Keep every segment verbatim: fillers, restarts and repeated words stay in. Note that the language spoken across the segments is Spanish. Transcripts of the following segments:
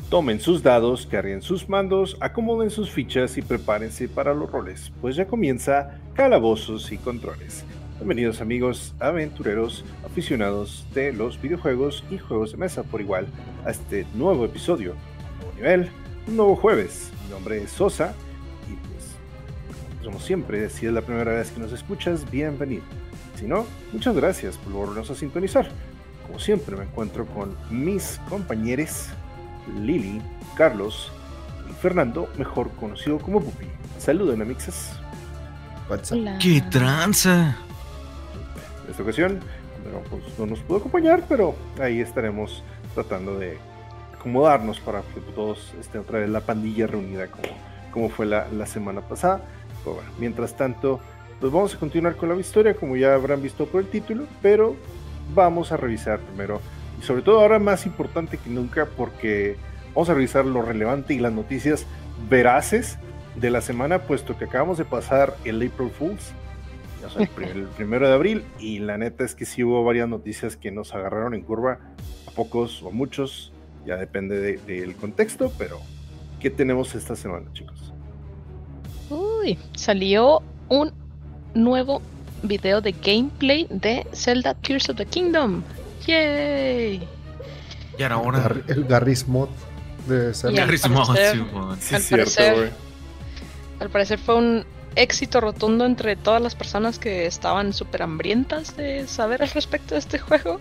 Tomen sus dados, carguen sus mandos, acomoden sus fichas y prepárense para los roles, pues ya comienza Calabozos y Controles. Bienvenidos amigos, aventureros, aficionados de los videojuegos y juegos de mesa por igual a este nuevo episodio, un nuevo nivel, un nuevo jueves. Mi nombre es Sosa y pues, como siempre, si es la primera vez que nos escuchas, bienvenido. Si no, muchas gracias por volvernos a sintonizar. Como siempre me encuentro con mis compañeros Lili, Carlos y Fernando, mejor conocido como Pupi. Saluden, amixes. ¡Qué tranza! En esta ocasión no, pues, no nos pudo acompañar, pero ahí estaremos tratando de acomodarnos para que todos estén otra vez la pandilla reunida como, como fue la, la semana pasada. Pero bueno, mientras tanto, pues vamos a continuar con la historia, como ya habrán visto por el título, pero vamos a revisar primero, y sobre todo ahora más importante que nunca, porque vamos a revisar lo relevante y las noticias veraces de la semana, puesto que acabamos de pasar el April Fools, o sea, el, primer, el primero de abril, y la neta es que sí hubo varias noticias que nos agarraron en curva, a pocos o a muchos, ya depende de, del contexto, pero ¿qué tenemos esta semana, chicos? Uy, salió un nuevo video de gameplay de Zelda Tears of the Kingdom. ¡Yay! Y ahora ahora Gar- el Garry's Mod de Zelda. Garry's Mod, sí, man. Sí, al, es cierto, parecer, güey. al parecer fue un éxito rotundo entre todas las personas que estaban súper hambrientas de saber al respecto de este juego.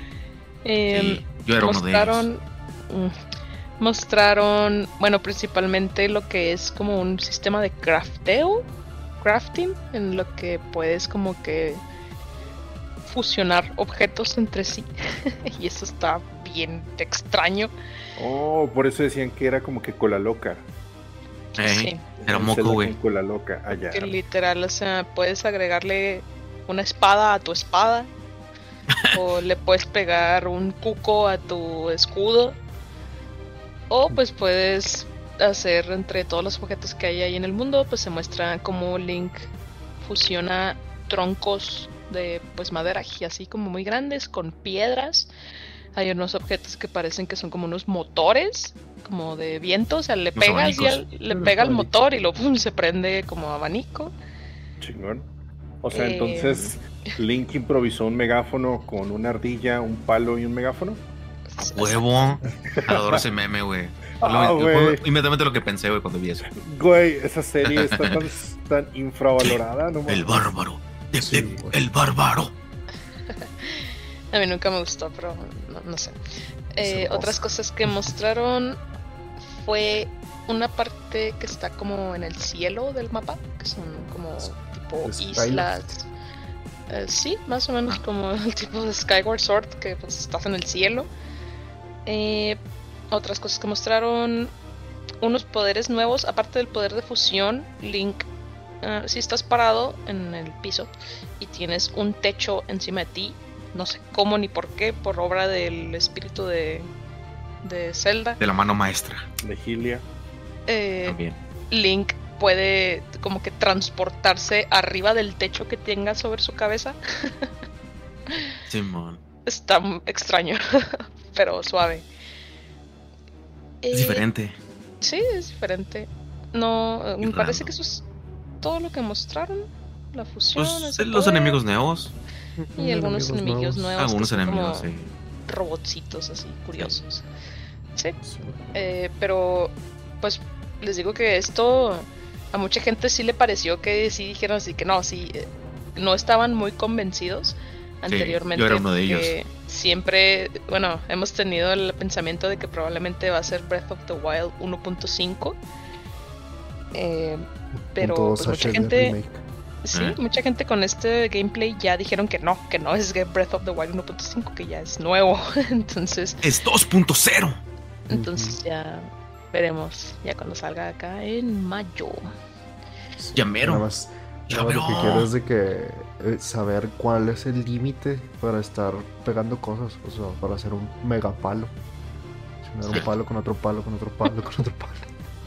Eh, Sí, yo era uno de mostraron, ellos. mm, mostraron, bueno, principalmente lo que es como un sistema de crafteo, crafting, en lo que puedes como que fusionar objetos entre sí. Y eso está bien extraño. Oh, por eso decían que era como que cola loca. Ey, Sí. Era Un moco, Zelda güey. con cola loca, allá. Que literal, o sea, puedes agregarle una espada a tu espada. O le puedes pegar un cuco a tu escudo. O pues puedes hacer entre todos los objetos que hay ahí en el mundo, pues se muestra cómo Link fusiona troncos de pues madera y así como muy grandes con piedras. Hay unos objetos que parecen que son como unos motores, como de viento, o sea, le Unos pegas y abanicos. al- le Unos pega al abanicos. motor y luego pum, se prende como abanico. Chingón. O sea, Eh, entonces Link improvisó un megáfono con una ardilla, un palo y un megáfono. A huevo. Adoro ese meme, güey. Fue lo- Ah, fue güey. inmediatamente lo que pensé, güey, cuando vi eso. Güey, esa serie está tan, tan infravalorada, ¿no? El bárbaro. De- Sí, de- güey. el bárbaro. A mí nunca me gustó, pero no, no sé. Eh, hermoso. otras cosas que mostraron fue una parte que está como en el cielo del mapa, que son como tipo Skylab. islas. Eh, sí, más o menos como el tipo de Skyward Sword, que pues estás en el cielo. Eh, otras cosas que mostraron, unos poderes nuevos, aparte del poder de fusión. Link, eh, si estás parado en el piso y tienes un techo encima de ti, no sé cómo ni por qué, por obra del espíritu de, de Zelda, De la mano maestra. De Hylia. eh, También. Link puede como que transportarse arriba del techo que tenga sobre su cabeza. Simón. Está m- extraño, pero suave. Es Eh, diferente. Sí, es diferente. No, eh, me Y parece random. que eso es todo lo que mostraron. La fusión, Pues ese los poder, enemigos nuevos. y algunos enemigos nuevos. Algunos que son enemigos, como sí. robotcitos así curiosos. Sí, Sí. eh, pero pues les digo que esto a mucha gente sí le pareció que sí dijeron así que no, sí, eh, no estaban muy convencidos anteriormente. yo era uno de ellos. porque siempre, bueno, hemos tenido el pensamiento de que probablemente va a ser Breath of the Wild uno punto cinco. Eh, pero Punto pues, mucha H D gente, remake. sí, Eh. mucha gente con este gameplay ya dijeron que no, que no es Breath of the Wild uno punto cinco, que ya es nuevo. Entonces, Es dos punto cero. entonces ya veremos ya cuando salga acá en mayo. Ya Nada mero. más, Ya nada más lo que mero. quiero es de que eh, saber cuál es el límite para estar pegando cosas, o sea, para hacer un mega palo. Tener un palo con otro palo, con otro palo, con otro palo.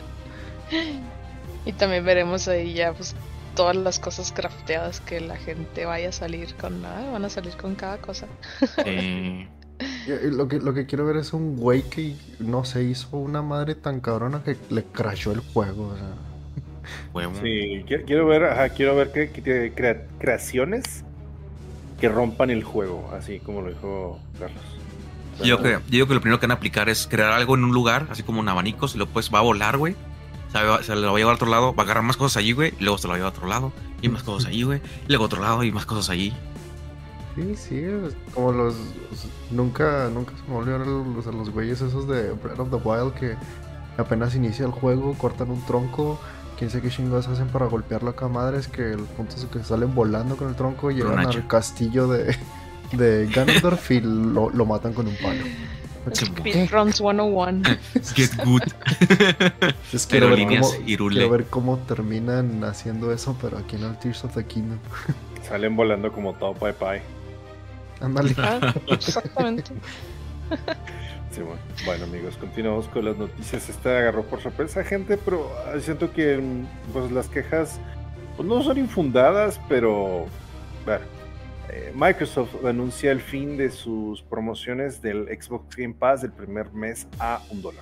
Y también veremos ahí ya pues todas las cosas crafteadas que la gente vaya a salir con. Ah, van a salir con cada cosa. Sí. Y Lo que, lo que quiero ver es un güey que, no sé, hizo una madre tan cabrona que le crashó el juego. O sea, Huevo. Sí, quiero, quiero ver, ajá, quiero ver que, que crea- creaciones que rompan el juego, así como lo dijo Carlos. Yo creo, yo digo que lo primero que van a aplicar es crear algo en un lugar, así como un abanico, y luego pues va a volar, güey. Se, va- se lo va a llevar a otro lado, va a agarrar más cosas allí, güey, y luego se lo va a llevar a otro lado, y más cosas allí, güey, y luego a otro lado, y más cosas allí. sí, sí, es como los... Nunca, nunca se me olvidaron los, los güeyes esos de Breath of the Wild que apenas inicia el juego, cortan un tronco, quién sabe qué chingados hacen para golpearlo acá madres, que el punto es que salen volando con el tronco y Con un llegan hacha. al castillo de, de Ganondorf y lo, lo matan con un palo. Speedruns ciento uno. Get good. Es quiero ver, Aerolíneas cómo, Irule. quiero ver cómo terminan haciendo eso, pero aquí en el Tears of the Kingdom. Salen volando como todo Pai Pai. Ándale. Ah, exactamente. Sí, bueno. Bueno, amigos, continuamos con las noticias. Esta agarró por sorpresa gente, pero ah, siento que mm, pues las quejas pues, no son infundadas, pero bueno, eh, Microsoft anuncia el fin de sus promociones del Xbox Game Pass del primer mes a un dólar.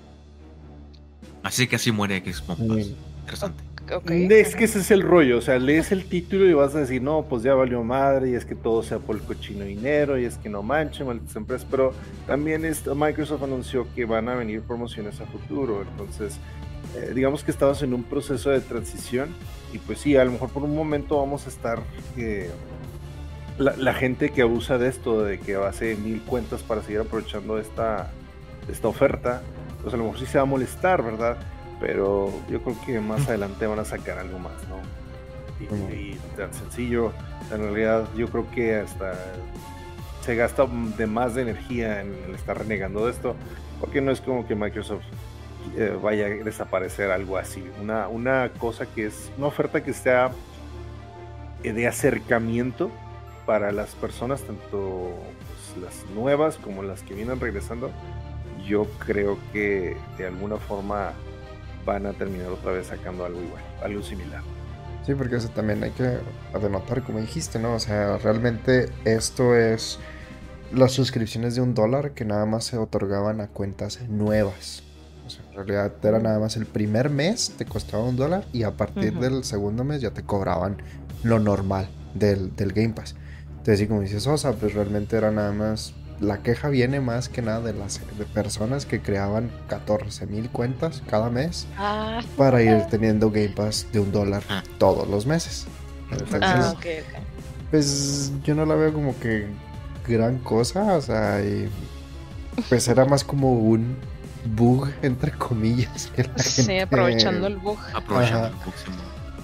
Así que así muere Xbox. Muy Interesante. Ok. Es que ese es el rollo, o sea, lees el título y vas a decir, no, pues ya valió madre, y es que todo sea por el cochino dinero, y es que no manchen, malditas empresas, pero también esto, Microsoft anunció que van a venir promociones a futuro, entonces, eh, digamos que estamos en un proceso de transición, y pues sí, a lo mejor por un momento vamos a estar, eh, la, la gente que abusa de esto, de que hace mil cuentas para seguir aprovechando esta, esta oferta, pues a lo mejor sí se va a molestar, ¿verdad? Pero yo creo que más adelante van a sacar algo más, ¿no? Y, Bueno. y tan sencillo, en realidad yo creo que hasta se gasta de más de energía en el estar renegando de esto, porque no es como que Microsoft eh, vaya a desaparecer algo así. Una, una cosa que es, una oferta que sea eh, de acercamiento para las personas, tanto pues, las nuevas como las que vienen regresando, yo creo que de alguna forma van a terminar otra vez sacando algo igual, algo similar. Sí, porque eso también hay que denotar, como dijiste, ¿no? O sea, realmente esto es las suscripciones de un dólar que nada más se otorgaban a cuentas nuevas. O sea, en realidad era nada más el primer mes te costaba un dólar y a partir Ujú. del segundo mes ya te cobraban lo normal del, del Game Pass. Entonces, sí, como dices, Sosa, pues realmente era nada más... La queja viene más que nada de las de personas que creaban catorce mil cuentas cada mes Ah, para ir teniendo Game Pass de un dólar Ah. todos los meses. Entonces, ah, ok, ok. pues yo no la veo como que gran cosa, o sea, y, pues era más como un bug, entre comillas. Que la Sí, gente- aprovechando el bug. Aprovechando Ajá. el próximo.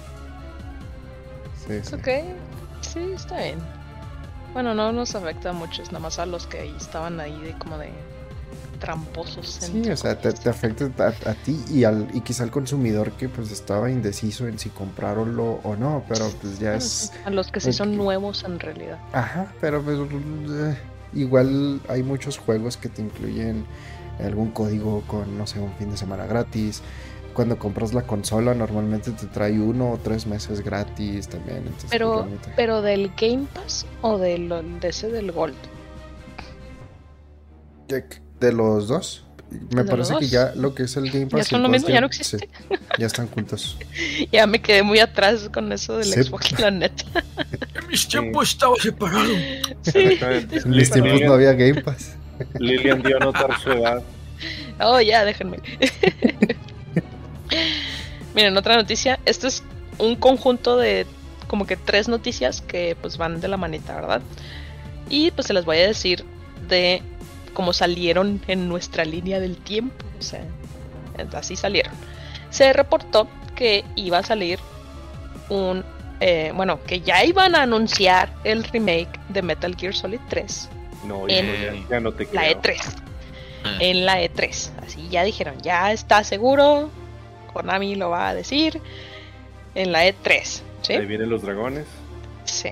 Sí, sí. Ok, sí, está bien. Bueno, no nos afecta a muchos, nada más a los que ahí estaban ahí de como de tramposos. Sí, entre o sea, te, comillas. te afecta a, a ti y, al, y quizá al consumidor que pues estaba indeciso en si comprarlo o no, pero pues ya es... A los que sí son ok. nuevos en realidad. Ajá, pero pues eh, igual hay muchos juegos que te incluyen algún código con, no sé, un fin de semana gratis. Cuando compras la consola normalmente te trae uno o tres meses gratis también. Entonces, pues, Pero, realmente- pero del Game Pass o del de ese del Gold. De los dos. Me ¿De parece los que dos? ya lo que es el Game Pass. son y el lo Gold mismo, ya no existe. sí, ya están juntos. Ya me quedé muy atrás con eso del Sí. Xbox, la neta. En mis tiempos estaba separado. Sí. Exactamente. En mis tiempos no había Game Pass. Lilian dio a notar su edad. Oh, ya, déjenme. Miren, otra noticia. Esto es un conjunto de como que tres noticias que pues van de la manita, ¿verdad? Y pues se las voy a decir de cómo salieron en nuestra línea del tiempo. O sea, así salieron. Se reportó que iba a salir un... eh, bueno, que ya iban a anunciar el remake de Metal Gear Solid tres. No, En hijo, ya, ya no te La creo. E tres. Ah, En la E tres. Así ya dijeron, ya está seguro. Konami lo va a decir. En la E tres. ¿Sí? Ahí vienen los dragones. Sí.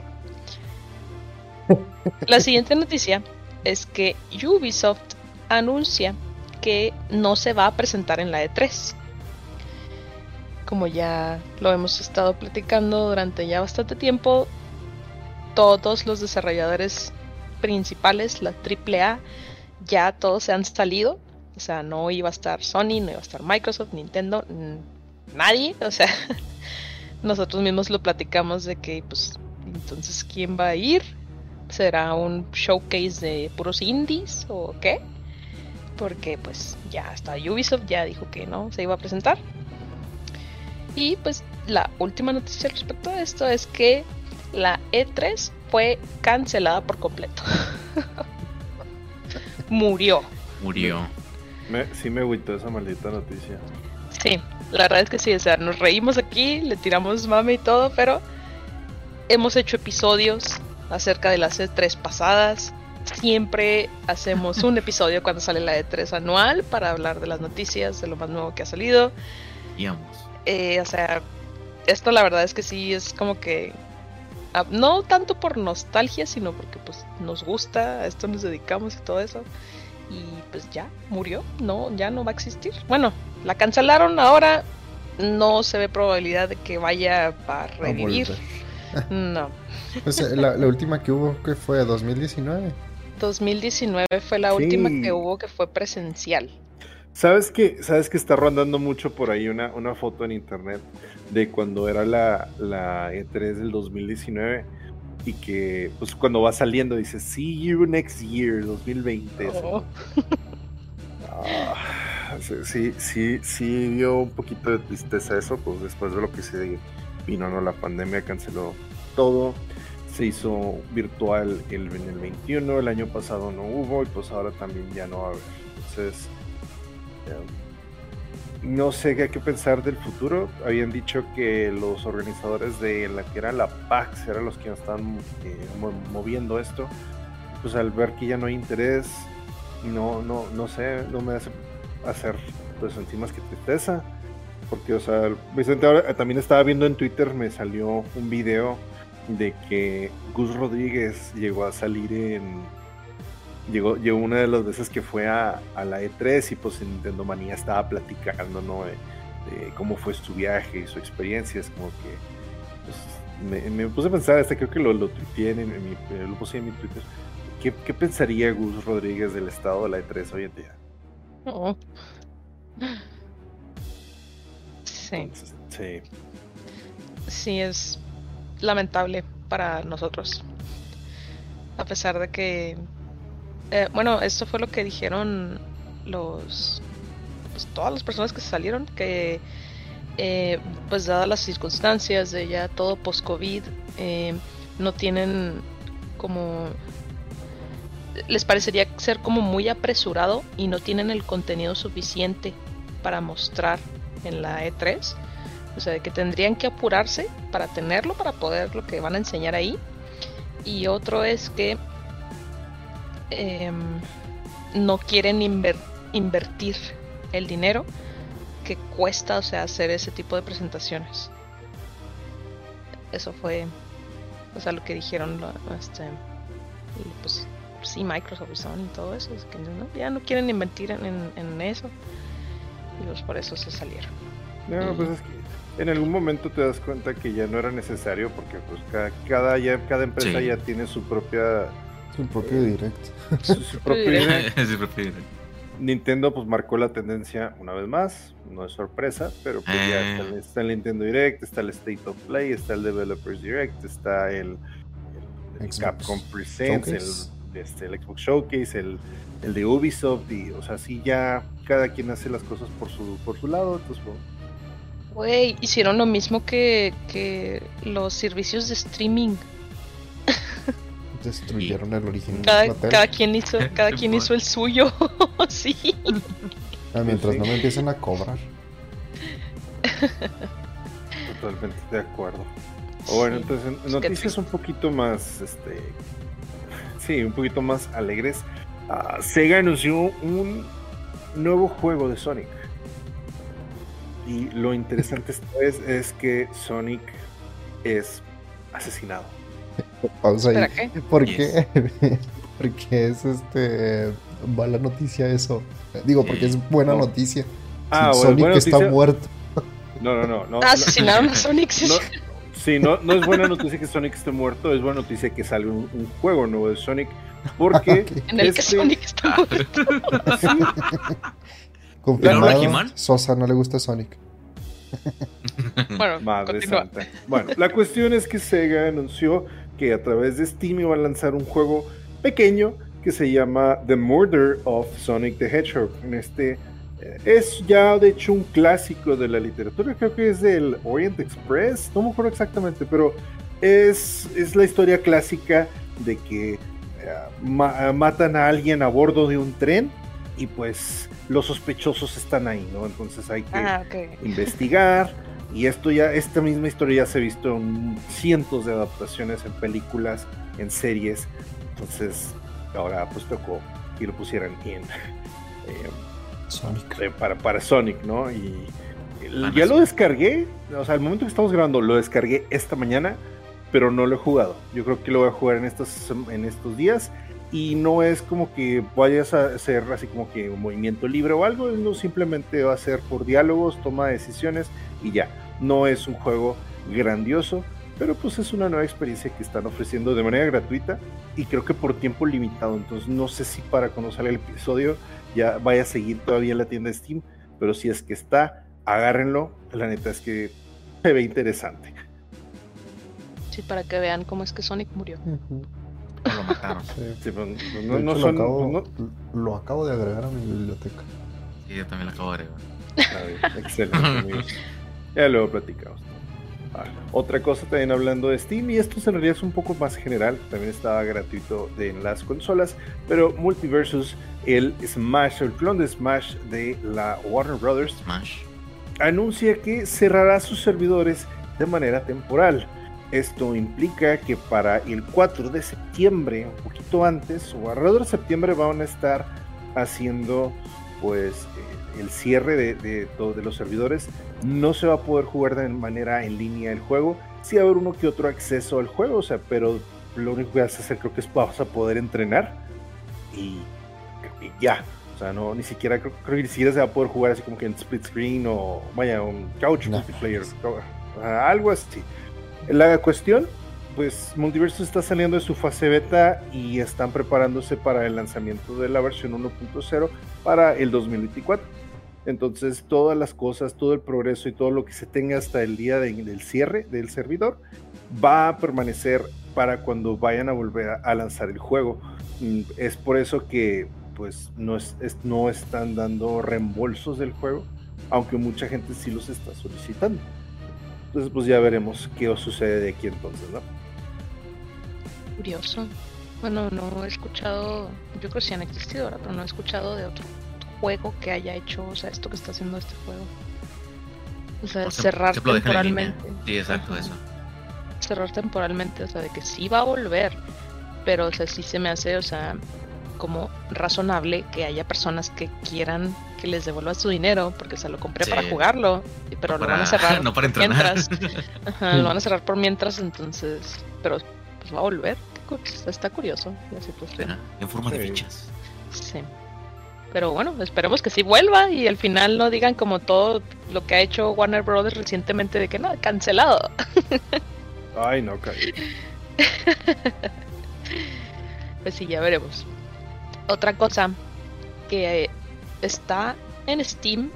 La siguiente noticia es que Ubisoft anuncia que no se va a presentar en la E tres. Como ya lo hemos estado platicando durante ya bastante tiempo, todos los desarrolladores principales, la triple A, ya todos se han salido. O sea, no iba a estar Sony, no iba a estar Microsoft, Nintendo, n- nadie. O sea, nosotros mismos lo platicamos de que, pues, entonces, ¿quién va a ir? ¿Será un showcase de puros indies o qué? Porque, pues, ya hasta Ubisoft ya dijo que no se iba a presentar. Y, pues, la última noticia respecto a esto es que la E tres fue cancelada por completo. Murió. Murió. Me, sí me agüitó esa maldita noticia. Sí, la verdad es que sí, o sea, nos reímos aquí, le tiramos mame y todo, pero hemos hecho episodios acerca de las E tres pasadas. Siempre hacemos un episodio cuando sale la E tres anual para hablar de las noticias, de lo más nuevo que ha salido. Digamos. Eh, o sea, esto la verdad es que sí es como que ah, no tanto por nostalgia, sino porque pues nos gusta, a esto nos dedicamos y todo eso. Y pues ya murió, no, ya no va a existir. Bueno, la cancelaron ahora, no se ve probabilidad de que vaya a revivir. No. Pues eh, la, la última que hubo, ¿qué fue? ¿dos mil diecinueve? dos mil diecinueve fue la Sí. última que hubo que fue presencial. ¿Sabes que ¿Sabes que está rondando mucho por ahí una, una foto en internet de cuando era la, la E tres del dos mil diecinueve? Y que, pues, cuando va saliendo dice, see you next year, dos mil veinte. Oh. Ah, sí, sí, sí, sí dio un poquito de tristeza eso, pues después de lo que se vino, ¿no? La pandemia canceló todo, se hizo virtual el, en el veintiuno, el año pasado no hubo y pues ahora también ya no va a haber. Entonces, eh, no sé qué hay que pensar del futuro. Habían dicho que los organizadores de la que era la PAX eran los que estaban eh, mo- moviendo esto. Pues al ver que ya no hay interés, no, no, no sé, no me hace hacer pues sentir más que tristeza. Porque, o sea, Vicente, ahora también estaba viendo en Twitter, me salió un video de que Gus Rodríguez llegó a salir en... Llegó, llegó una de las veces que fue a, a la E tres y pues en Nintendo Manía estaba platicando, ¿no? De, de cómo fue su viaje y su experiencia. Es como que pues, me, me puse a pensar, hasta creo que lo, lo tuiteé en, en mi, lo puse en mi Twitter. ¿Qué, ¿Qué pensaría Gus Rodríguez del estado de la E tres hoy en día? Oh. Sí, Entonces, sí. sí es lamentable para nosotros. A pesar de que eh, bueno, esto fue lo que dijeron los pues, todas las personas que se salieron, que eh, pues dadas las circunstancias de ya todo post-COVID, eh, no tienen como les parecería ser como muy apresurado y no tienen el contenido suficiente para mostrar en la E tres. O sea, que tendrían que apurarse para tenerlo, para poder lo que van a enseñar ahí. Y otro es que eh, no quieren inver- invertir el dinero que cuesta, o sea, hacer ese tipo de presentaciones. Eso fue, o sea, lo que dijeron, este, y pues sí, Microsoft y Sony y todo eso, es que no, ya no quieren invertir en, en, en eso, y pues por eso se salieron. No, pues es que en algún momento te das cuenta que ya no era necesario porque pues cada, cada, ya, cada empresa Sí. ya tiene su propia Su propio direct. su, su propio direct. Sí, prefiero. Nintendo pues marcó la tendencia una vez más, no es sorpresa, pero pues ya Eh. está, el- está el Nintendo Direct, está el State of Play, está el Developers Direct, está el, el Xbox Capcom Presents, el, Showcase. este, el Xbox Showcase, el, el de Ubisoft, y o sea, sí ya cada quien hace las cosas por su, por su lado, entonces pues, Güey, hicieron lo mismo que, que los servicios de streaming. Destruyeron el original Cada, hotel. cada quien hizo, cada quien hizo el suyo. Sí. Ah, mientras Sí. no me empiecen a cobrar. totalmente de acuerdo. O bueno, Sí. entonces Pues qué noticias triste. un poquito más, este, sí, un poquito más alegres. Ah, Sega anunció un nuevo juego de Sonic. Y lo interesante esta vez es que Sonic es asesinado. Pausa ahí. ¿Espera qué? ¿Por Yes. qué? Porque es este mala noticia eso. Digo, porque es buena No. noticia. Ah, Sí, bueno, Sonic buena está noticia. muerto. No, no, no. no Ah, asesinaron a Sonic. Sí. no, sí, no, no es buena noticia que Sonic esté muerto, es buena noticia que salga un, un juego nuevo de Sonic. Porque Ok. En el que este- Sonic está muerto. sí, Confirmado, ¿Pero He-Man? Sosa no le gusta Sonic. Bueno, Madre continúa. santa. Bueno, la cuestión es que Sega anunció que a través de Steam iba a lanzar un juego pequeño que se llama The Murder of Sonic the Hedgehog. En este eh, es ya de hecho un clásico de la literatura, creo que es del Orient Express, no me acuerdo exactamente, pero es, es la historia clásica de que eh, ma- matan a alguien a bordo de un tren y pues los sospechosos están ahí, ¿no? Entonces hay que Ah, ok. investigar. Y esto ya, esta misma historia ya se ha visto en cientos de adaptaciones, en películas, en series. Entonces, ahora pues tocó que lo pusieran en eh, Sonic. eh, para, para Sonic, ¿no? Y el- Ah, ya no, lo sí. descargué, o sea, al momento que estamos grabando, lo descargué esta mañana, pero no lo he jugado. Yo creo que lo voy a jugar en estos, en estos días. Y no es como que vayas a hacer así como que un movimiento libre o algo, no, simplemente va a ser por diálogos, toma de decisiones y ya. No es un juego grandioso, pero pues es una nueva experiencia que están ofreciendo de manera gratuita y creo que por tiempo limitado. Entonces no sé si para cuando salga el episodio ya vaya a seguir todavía en la tienda de Steam, pero si es que está, agárrenlo. La neta es que se ve interesante. Sí, para que vean cómo es que Sonic murió. Ujú. Lo mataron. Sí. Sí, pues, De no, hecho, no lo, son... acabo, no- lo acabo de agregar a mi biblioteca. Sí, yo también lo acabo de agregar. A ver, excelente, amigos. Ya luego platicamos. Ah, otra cosa también hablando de Steam, y esto en realidad es un poco más general, también estaba gratuito de, en las consolas, pero Multiversus, el Smash, el clon de Smash de la Warner Brothers, Smash. anuncia que cerrará sus servidores de manera temporal. Esto implica que para el cuatro de septiembre, un poquito antes, o alrededor de septiembre, van a estar haciendo pues eh, el cierre de, de, de los servidores. No se va a poder jugar de manera en línea el juego. Sí va a haber uno que otro acceso al juego, o sea, pero lo único que vas a hacer creo que es vas a poder entrenar y, y ya. O sea, no, ni siquiera creo, creo que ni siquiera se va a poder jugar así como que en split screen o vaya, un couch No. multiplayer, uh, algo así. La cuestión, pues Multiversus está saliendo de su fase beta y están preparándose para el lanzamiento de la versión uno punto cero para el dos mil veinticuatro. Entonces todas las cosas, todo el progreso y todo lo que se tenga hasta el día de, del cierre del servidor va a permanecer para cuando vayan a volver a, a lanzar el juego. Mm, Es por eso que pues no, es, es- no están dando reembolsos del juego, aunque mucha gente sí los está solicitando. Entonces pues ya veremos qué sucede de aquí entonces, ¿no? Curioso. Bueno, no he escuchado, yo creo que sí han existido ahora, pero no he escuchado de otro juego que haya hecho, o sea, esto que está haciendo este juego. O sea, Por ejemplo, cerrar ejemplo, déjalo en línea. temporalmente. Sí, exacto, Ajá. eso. Cerrar temporalmente, o sea, de que sí va a volver, pero o sea, sí se me hace, o sea, como razonable que haya personas que quieran que les devuelva su dinero, porque o sea, lo compré Sí. para jugarlo, pero No lo para- van a cerrar no para por entrenar. mientras. Ajá, lo van a cerrar por mientras, entonces, pero pues va a volver. Qué cu- Está, está curioso la situación. Será, en forma de Sí. fichas. Sí. Pero bueno, esperemos que sí vuelva y al final no digan como todo lo que ha hecho Warner Brothers recientemente de que nada, cancelado. Ay, no, caí. Pues sí, ya veremos. Otra cosa que eh, está en Steam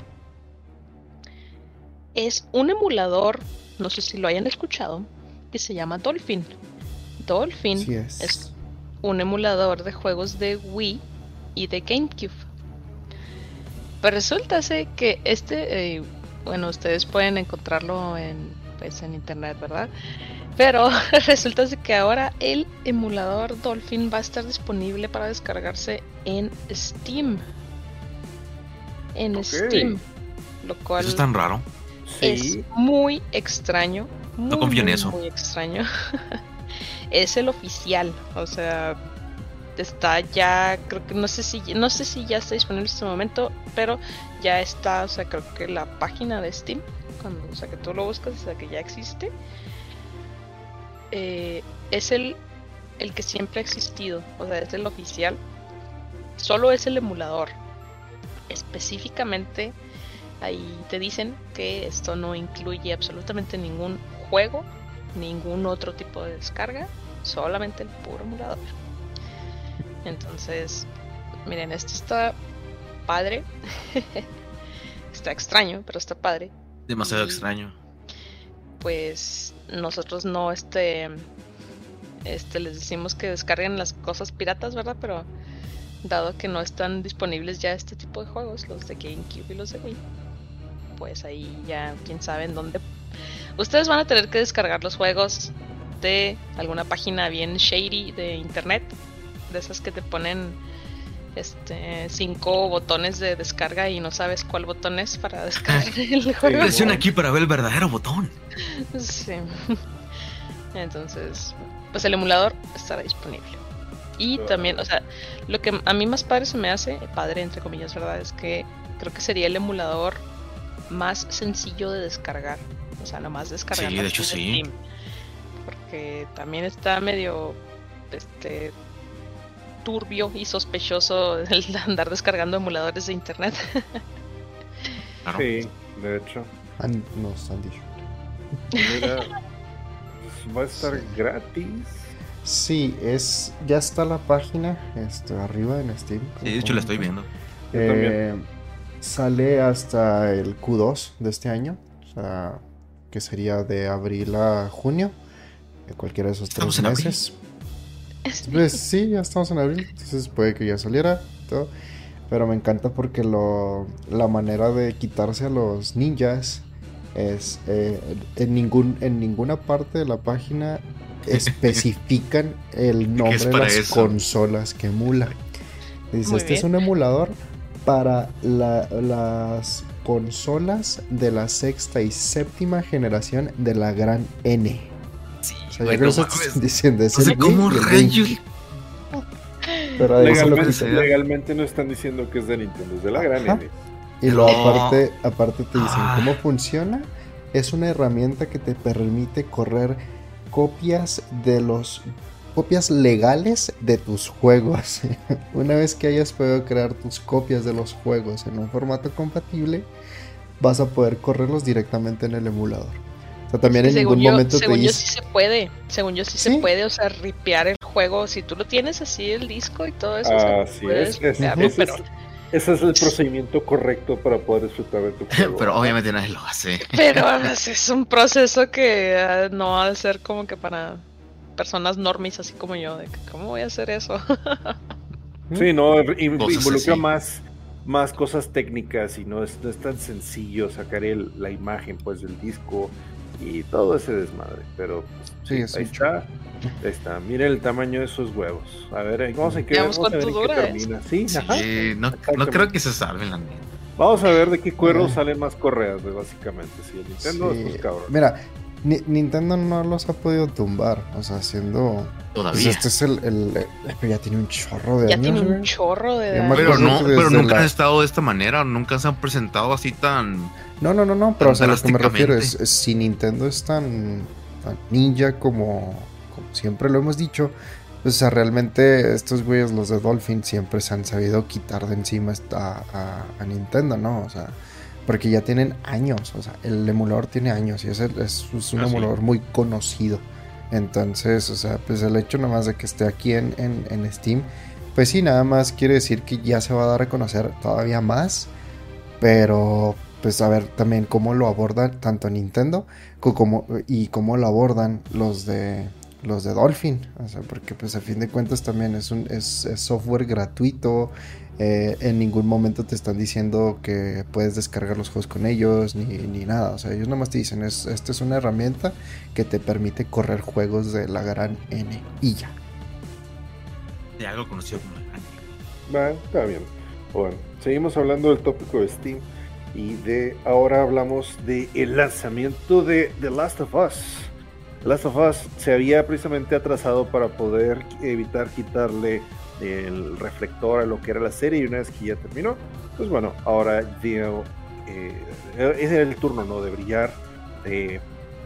es un emulador, no sé si lo hayan escuchado, que se llama Dolphin. Dolphin Sí es. es un emulador de juegos de Wii y de GameCube. Pues resulta ser que este, eh, bueno, ustedes pueden encontrarlo en, pues, en internet, ¿verdad? Pero resulta ser que ahora el emulador Dolphin va a estar disponible para descargarse en Steam. En Ok. Steam. Lo cual Eso es tan raro. es Sí, muy extraño. Muy, confío en muy, eso. Muy extraño. Es el oficial, o sea, está ya, creo que no sé si no sé si ya está disponible en este momento, pero ya está, o sea, creo que la página de Steam, cuando, o sea, que tú lo buscas, o sea, que ya existe. Eh, es el el que siempre ha existido, o sea, es el oficial. Solo es el emulador. Específicamente ahí te dicen que esto no incluye absolutamente ningún juego, ningún otro tipo de descarga, solamente el puro emulador. Entonces, miren, esto está padre. Está extraño, pero está padre. Demasiado Y, extraño. Pues nosotros no, este, este, les decimos que descarguen las cosas piratas, ¿verdad? Pero dado que no están disponibles ya este tipo de juegos, los de GameCube y los de Wii, pues ahí ya quién sabe en dónde. Ustedes van a tener que descargar los juegos de alguna página bien shady de internet, de esas que te ponen este cinco botones de descarga y no sabes cuál botón es para descargar el juego. Presiona aquí para ver el verdadero botón. Sí. Entonces, pues el emulador estará disponible. Y también, o sea, lo que a mí más padre se me hace, padre entre comillas, ¿verdad? Es que creo que sería el emulador más sencillo de descargar. O sea, nomás descargar. Sí, de hecho sí. Steam. Porque también está medio este turbio y sospechoso el andar descargando emuladores de internet. Claro. Sí, de hecho. Han- nos han dicho. Mira, va a estar gratis. Sí, es ya está la página este, arriba en Steam. Sí, de hecho la estoy viendo. Yo Eh, también. sale hasta el Q dos de este año, o sea, que sería de abril a junio, de cualquiera de esos tres ¿Estamos en abril? meses. Pues sí, ya estamos en abril, entonces puede que ya saliera todo. Pero me encanta porque lo, la manera de quitarse a los ninjas es eh, en ningún en ninguna parte de la página especifican el nombre es de para las eso? consolas que emula. Dice, Muy este es bien. un emulador para la- las consolas de la sexta y séptima generación de la gran N. Sí, O sea, güey, yo creo no que eso te mames. están diciendo, es O sea, el Wii ¿cómo y el rayos? GameCube. Pero ahí se lo Legalmente, quitan. quitan. legalmente no están diciendo que es de Nintendo, es de la gran Ajá. N. Y luego No. aparte, aparte te dicen Ah. cómo funciona. Es una herramienta que te permite correr copias de los copias legales de tus juegos. Una vez que hayas podido crear tus copias de los juegos en un formato compatible, vas a poder correrlos directamente en el emulador. O sea, también Sí, en según ningún yo, momento te según yo dice... sí se puede, según yo sí, ¿Sí? se puede, o sea, ripear el juego, si tú lo tienes así el disco y todo eso, o sea, Así puedes es, es- ripearlo, ese, pero, es, ese es el procedimiento correcto para poder disfrutar de tu juego. Pero obviamente nadie lo hace. pero pues, es un proceso que ah, no ha de ser como que para personas normis así como yo, de que cómo voy a hacer eso. Sí, no, in- Cosas involucra así. más, más cosas técnicas y no es, no es tan sencillo sacar el- la imagen pues del disco y todo ese desmadre. Pero pues, Sí, sí, es ahí un está, ahí está. Miren el tamaño de esos huevos. A ver, ahí vamos a, que, Veamos vamos a ver en cuánto qué dura termina. Sí, Sí, ajá. no, no Exactamente. creo que se salven la neta. Vamos a ver de qué cuero Ajá. salen más correas, pues, básicamente. Sí, el Nintendo Sí. es pues, cabrón. Mira, Ni- Nintendo no los ha podido tumbar. O sea, haciendo... Pues Todavía. este es el, el, el- Pero ya tiene un chorro de Ya años, tiene un güey. chorro de Yo me edad. Pero acuerdo no, que pero desde nunca la- han estado de esta manera, nunca se han presentado así tan... No, no, no, no, pero o sea, lo que me refiero es, Drásticamente. es si Nintendo es tan, tan ninja como, como siempre lo hemos dicho, pues, o sea, realmente estos güeyes, los de Dolphin, siempre se han sabido quitar de encima esta- a, a Nintendo, ¿no? O sea, porque ya tienen años, o sea, el emulador tiene años y es, el- es, es un Ah, sí. emulador muy conocido. Entonces, o sea, pues el hecho nada más de que esté aquí en, en, en Steam, pues sí, nada más quiere decir que ya se va a dar a conocer todavía más, pero pues a ver también cómo lo abordan tanto Nintendo co- como, y cómo lo abordan los de los de Dolphin, o sea, porque pues a fin de cuentas también es un es, es software gratuito, eh, en ningún momento te están diciendo que puedes descargar los juegos con ellos ni, ni nada, o sea, ellos nada más te dicen es, esta es una herramienta que te permite correr juegos de la gran N y ya. De algo conocido como la Va, está bien. Bueno, seguimos hablando del tópico de Steam y de ahora hablamos de el lanzamiento de The Last of Us. The Last of Us se había precisamente atrasado para poder evitar quitarle el reflector a lo que era la serie y una vez que ya terminó, pues bueno, ahora dio, eh, ese era el turno, ¿no? De brillar eh,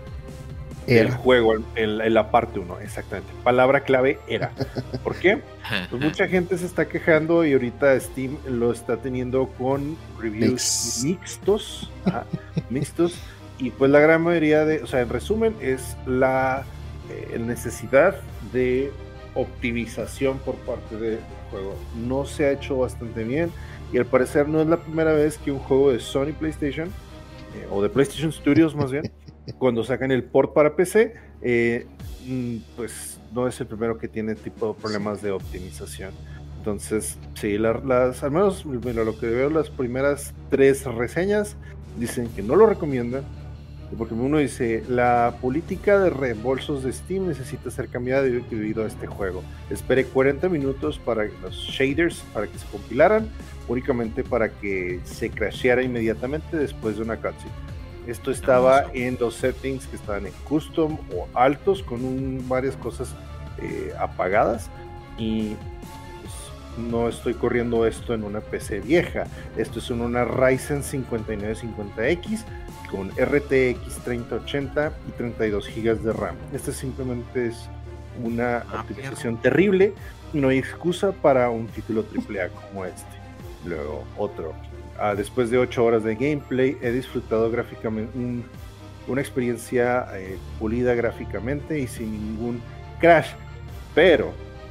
el Era. juego en, en- en la parte uno, exactamente. Palabra clave era. ¿Por qué? Pues mucha gente se está quejando y ahorita Steam lo está teniendo con reviews Mix. mixtos, ajá, mixtos, y pues la gran mayoría de, o sea, en resumen es la eh, necesidad de optimización por parte de, juego no se ha hecho bastante bien y al parecer no es la primera vez que un juego de Sony PlayStation eh, o de PlayStation Studios más bien cuando sacan el port para P C eh, pues no es el primero que tiene tipo de problemas de optimización. Entonces sí, la, las, al menos bueno, lo que veo las primeras tres reseñas dicen que no lo recomiendan porque uno dice, la política de reembolsos de Steam necesita ser cambiada debido a este juego. Esperé cuarenta minutos para los shaders, para que se compilaran, únicamente para que se crasheara inmediatamente después de una cutscene. Esto estaba Hermoso. En los settings que estaban en custom o altos, con un, varias cosas eh, apagadas, y pues, no estoy corriendo esto en una P C vieja. Esto es en una Ryzen cincuenta y nueve cincuenta X, con R T X treinta ochenta y treinta y dos gigas de RAM. Esta simplemente es una ah, optimización perro. terrible. No hay excusa para un título triple A como este. Luego, otro. Ah, después de ocho horas de gameplay, he disfrutado gráficamente un, una experiencia eh, pulida gráficamente y sin ningún crash. Pero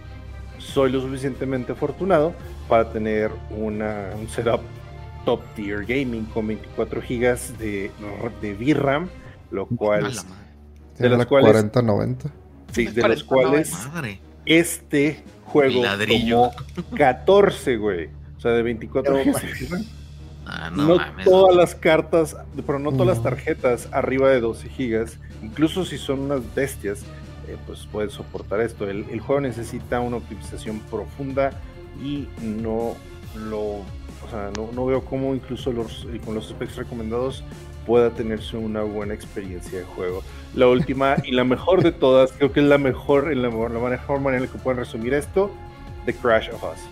soy lo suficientemente afortunado para tener una, un setup top tier gaming con veinticuatro gigas de, de V RAM, lo cual de las cuales cuarenta noventa. Sí, de los cuales madre. Este juego tomó catorce, güey. O sea, de veinticuatro gigas de V RAM. Ah, no, no mames, todas no. las cartas, pero no todas no. las tarjetas arriba de doce gigas, incluso si son unas bestias, eh, pues pueden soportar esto. El, el juego necesita una optimización profunda y no lo O sea, no, no veo cómo incluso los, con los specs recomendados pueda tenerse una buena experiencia de juego. La última y la mejor de todas, creo que es la mejor, la, la mejor manera en la que pueden resumir esto, The Crash of Us.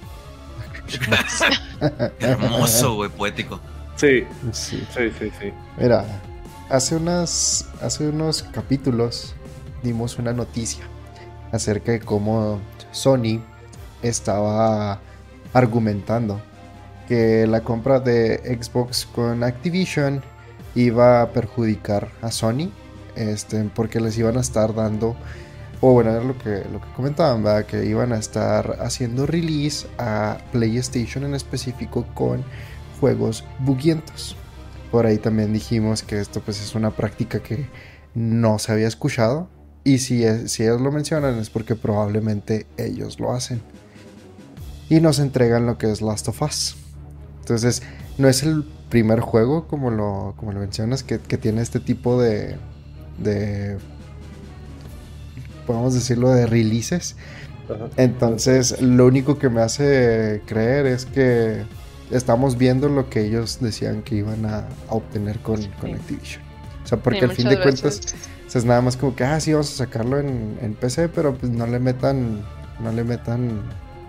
Hermoso, güey, poético. Sí, sí, sí, sí, sí. Mira, hace, unas, hace unos capítulos dimos una noticia acerca de cómo Sony estaba argumentando que la compra de Xbox con Activision iba a perjudicar a Sony, este, porque les iban a estar dando, o bueno, era lo que, lo que comentaban, ¿verdad? Que iban a estar haciendo release a PlayStation en específico con juegos buguientos. Por ahí también dijimos que esto pues es una práctica que no se había escuchado, y si, es, si ellos lo mencionan es porque probablemente ellos lo hacen. Y nos entregan lo que es Last of Us. Entonces, no es el primer juego, como lo, como lo mencionas, que, que tiene este tipo de, de, podemos decirlo, de releases. Ajá. Entonces, lo único que me hace creer es que estamos viendo lo que ellos decían que iban a, a obtener con, sí. con Activision. O sea, porque sí, al fin de veces. cuentas, o sea, es nada más como que, ah, sí, vamos a sacarlo en, en P C, pero pues no le metan, no le metan,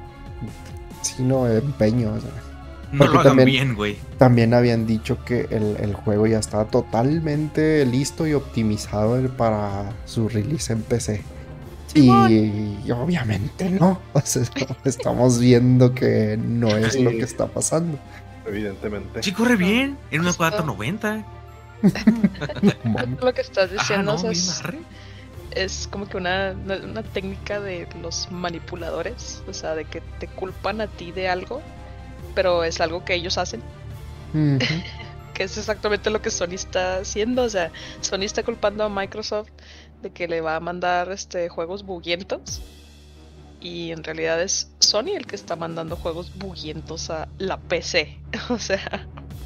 sino empeño, o sea. No lo hagan también, bien, güey. También habían dicho que el, el juego ya estaba totalmente listo y optimizado para su release en P C. Sí, y, y obviamente no. O sea, estamos viendo que no es sí. lo que está pasando. Evidentemente. Sí, corre bien. En una cuatro noventa. Lo que estás diciendo, ah, no, es, es como que una, una técnica de los manipuladores. O sea, de que te culpan a ti de algo, pero es algo que ellos hacen. Uh-huh. Que es exactamente lo que Sony está haciendo. O sea, Sony está culpando a Microsoft de que le va a mandar este juegos buguientos, y en realidad es Sony el que está mandando juegos buguientos a la P C. O sea,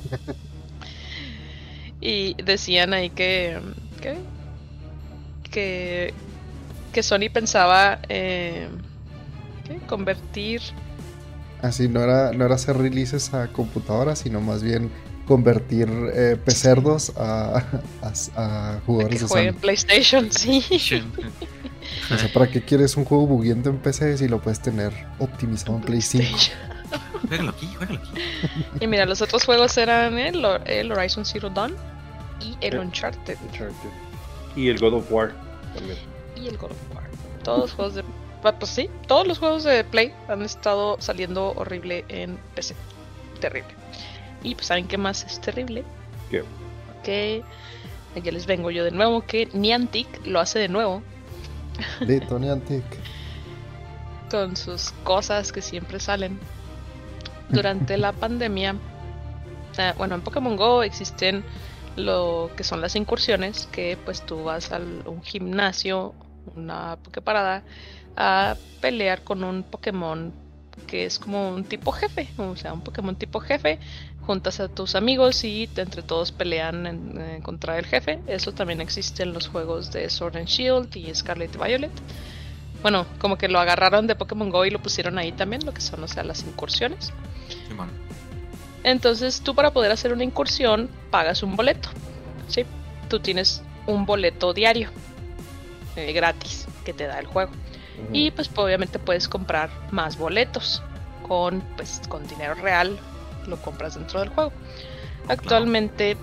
y decían ahí que que que, que Sony pensaba eh, ¿qué? convertir. Así no era, no era hacer releases a computadoras, sino más bien convertir eh, pecerdos a, a, a jugadores a que de Sony. En PlayStation, sí. O sea, ¿para qué quieres un juego buguiento en P C si lo puedes tener optimizado en Play cinco? Juégalo aquí, juégalo aquí. Y mira, los otros juegos eran el, el Horizon Zero Dawn y el eh, Uncharted. Uncharted. Y el God of War también. Y el God of War. Todos los juegos de... Pues sí, todos los juegos de Play han estado saliendo horrible en P C. Terrible. Y pues ¿saben qué más es terrible? ¿Qué? Que aquí les vengo yo de nuevo, que Niantic lo hace de nuevo. Lito Niantic. con sus cosas que siempre salen. Durante la pandemia, eh, bueno, en Pokémon Go existen lo que son las incursiones, que pues tú vas a un gimnasio, una Poképarada, a pelear con un Pokémon que es como un tipo jefe, o sea, un Pokémon tipo jefe. Juntas a tus amigos y te, entre todos pelean en, en contra del jefe. Eso también existe en los juegos de Sword and Shield y Scarlet y Violet. Bueno, como que lo agarraron de Pokémon Go y lo pusieron ahí también, lo que son, o sea, las incursiones. Sí, man. Entonces tú, para poder hacer una incursión, pagas un boleto, ¿sí? Tú tienes un boleto diario, eh, gratis, que te da el juego. Uh-huh. Y pues obviamente puedes comprar más boletos con, pues, con dinero real. Lo compras dentro del juego. Actualmente,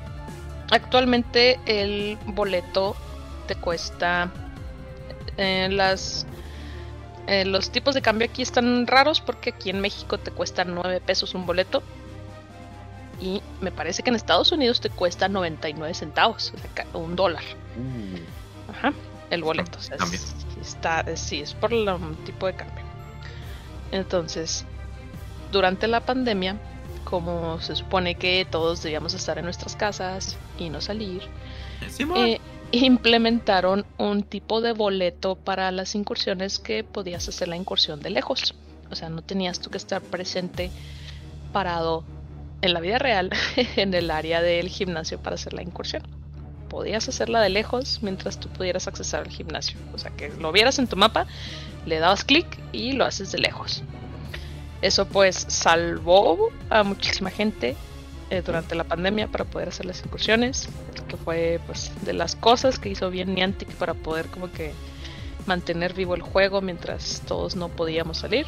actualmente el boleto te cuesta eh, las eh, los tipos de cambio aquí están raros, porque aquí en México te cuesta nueve pesos un boleto y me parece que en Estados Unidos te cuesta noventa y nueve centavos, o sea, un dólar. Mm. Ajá, el boleto. O sea, es, está, sí, es por el um, tipo de cambio. Entonces, durante la pandemia, como se supone que todos debíamos estar en nuestras casas y no salir, eh, implementaron un tipo de boleto para las incursiones que podías hacer la incursión de lejos. O sea, no tenías tú que estar presente, parado en la vida real, en el área del gimnasio para hacer la incursión. Podías hacerla de lejos mientras tú pudieras accesar al gimnasio. O sea, que lo vieras en tu mapa, le dabas clic y lo haces de lejos. Eso pues salvó a muchísima gente eh, durante la pandemia para poder hacer las incursiones, que fue pues de las cosas que hizo bien Niantic para poder como que mantener vivo el juego mientras todos no podíamos salir.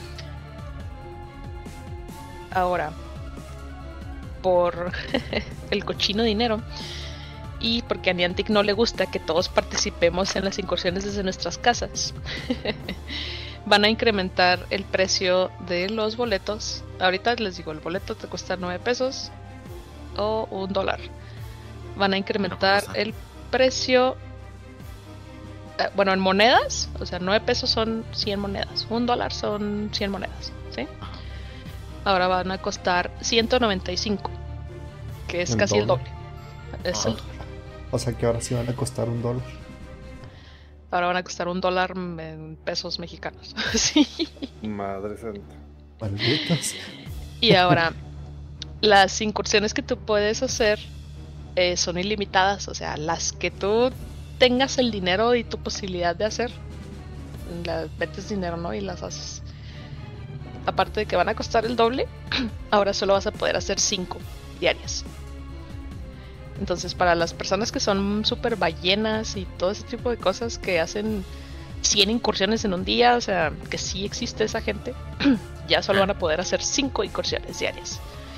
Ahora, por el cochino dinero y porque a Niantic no le gusta que todos participemos en las incursiones desde nuestras casas, van a incrementar el precio de los boletos. Ahorita les digo, el boleto te cuesta nueve pesos o un dólar. Van a incrementar el precio, eh, bueno, en monedas, o sea, nueve pesos son cien monedas, un dólar son cien monedas, ¿sí? Ahora van a costar ciento noventa y cinco, que es casi el doble. Es el doble. O sea que ahora sí van a costar un dólar. Ahora van a costar un dólar en pesos mexicanos. Sí. Madre santa. Malditos. Y ahora, las incursiones que tú puedes hacer eh, son ilimitadas. O sea, las que tú tengas el dinero y tu posibilidad de hacer, las metes dinero, ¿no? Y las haces. Aparte de que van a costar el doble, ahora solo vas a poder hacer cinco diarias. Entonces, para las personas que son súper ballenas y todo ese tipo de cosas, que hacen cien incursiones en un día, o sea, que sí existe esa gente, ya solo van a poder hacer cinco incursiones diarias.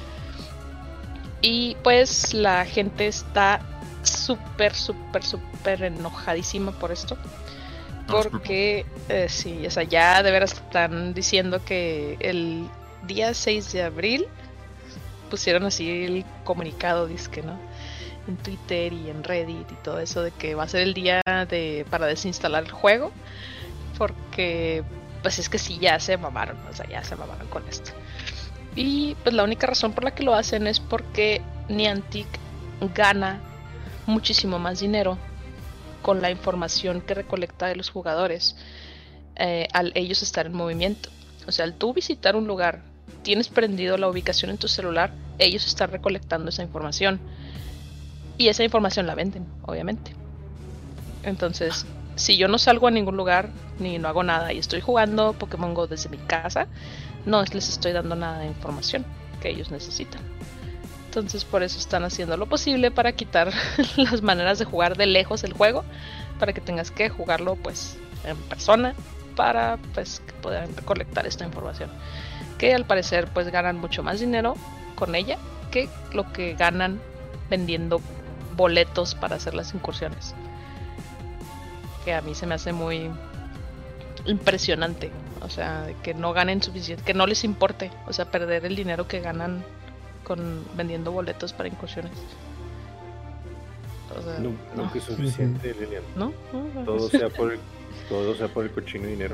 Y pues la gente está súper, súper, súper enojadísima por esto. Porque, eh, sí, o sea, ya de veras están diciendo que el día seis de abril pusieron así el comunicado, dizque, ¿no? En Twitter y en Reddit y todo eso, de que va a ser el día de para desinstalar el juego, porque pues es que sí, ya se mamaron, o sea, ya se mamaron con esto. Y pues la única razón por la que lo hacen es porque Niantic gana muchísimo más dinero con la información que recolecta de los jugadores eh, al ellos estar en movimiento. O sea, al tú visitar un lugar, tienes prendido la ubicación en tu celular, ellos están recolectando esa información. Y esa información la venden, obviamente. Entonces, si yo no salgo a ningún lugar, ni no hago nada, y estoy jugando Pokémon Go desde mi casa, no les estoy dando nada de información que ellos necesitan. Entonces, por eso están haciendo lo posible para quitar las maneras de jugar de lejos el juego, para que tengas que jugarlo pues en persona, para pues que puedan recolectar esta información. Que al parecer pues ganan mucho más dinero con ella que lo que ganan vendiendo boletos para hacer las incursiones, que a mí se me hace muy impresionante. O sea, de que no ganen suficiente, que no les importe, o sea, perder el dinero que ganan con vendiendo boletos para incursiones. O sea, no, no. Nunca es suficiente, Lilian. ¿No? No, todo sea por el, todo sea por el cochino dinero.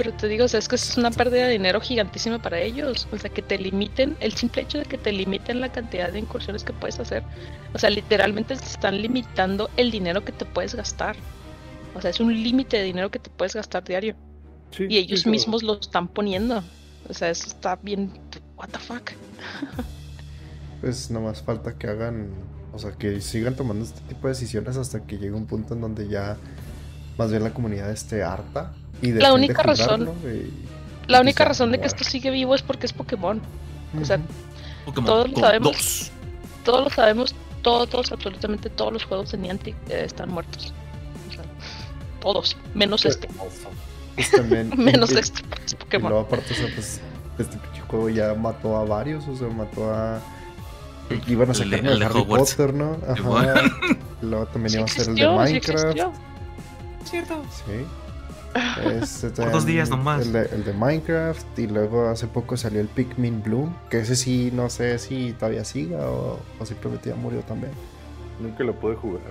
pero te digo, o sea, es que es una pérdida de dinero gigantísima para ellos. O sea, que te limiten, el simple hecho de que te limiten la cantidad de incursiones que puedes hacer. O sea, literalmente te están limitando el dinero que te puedes gastar. O sea, es un límite de dinero que te puedes gastar diario. Sí, Y ellos sí, claro. mismos lo están poniendo. O sea, eso está bien. What the fuck. Pues nomás falta que hagan, o sea, que sigan tomando este tipo de decisiones hasta que llegue un punto en donde ya más bien la comunidad esté harta y dejen La única de jugarlo, razón, y, la y única ya, razón de que muera. esto sigue vivo es porque es Pokémon. O sea, Ujú. Pokémon todos lo Go sabemos. dos. Todos lo sabemos, todos, absolutamente todos los juegos de Niantic eh, están muertos. O sea, todos, menos este. Pues también, Menos y- este, porque es y Pokémon. luego aparte, o sea, pues este pinche juego ya mató a varios, o sea, mató a... Iban a El de- sacar el el de Harry Hogwarts. Potter, ¿no? Ajá. Igual. Luego también Sí iba a ser el de existió, sí Minecraft. existió. Cierto. Sí. Este, Por dos también días nomás. El de, el de Minecraft. Y luego hace poco salió el Pikmin Bloom. Que ese sí, no sé si todavía siga o, o simplemente ya murió también. Nunca lo pude jugar.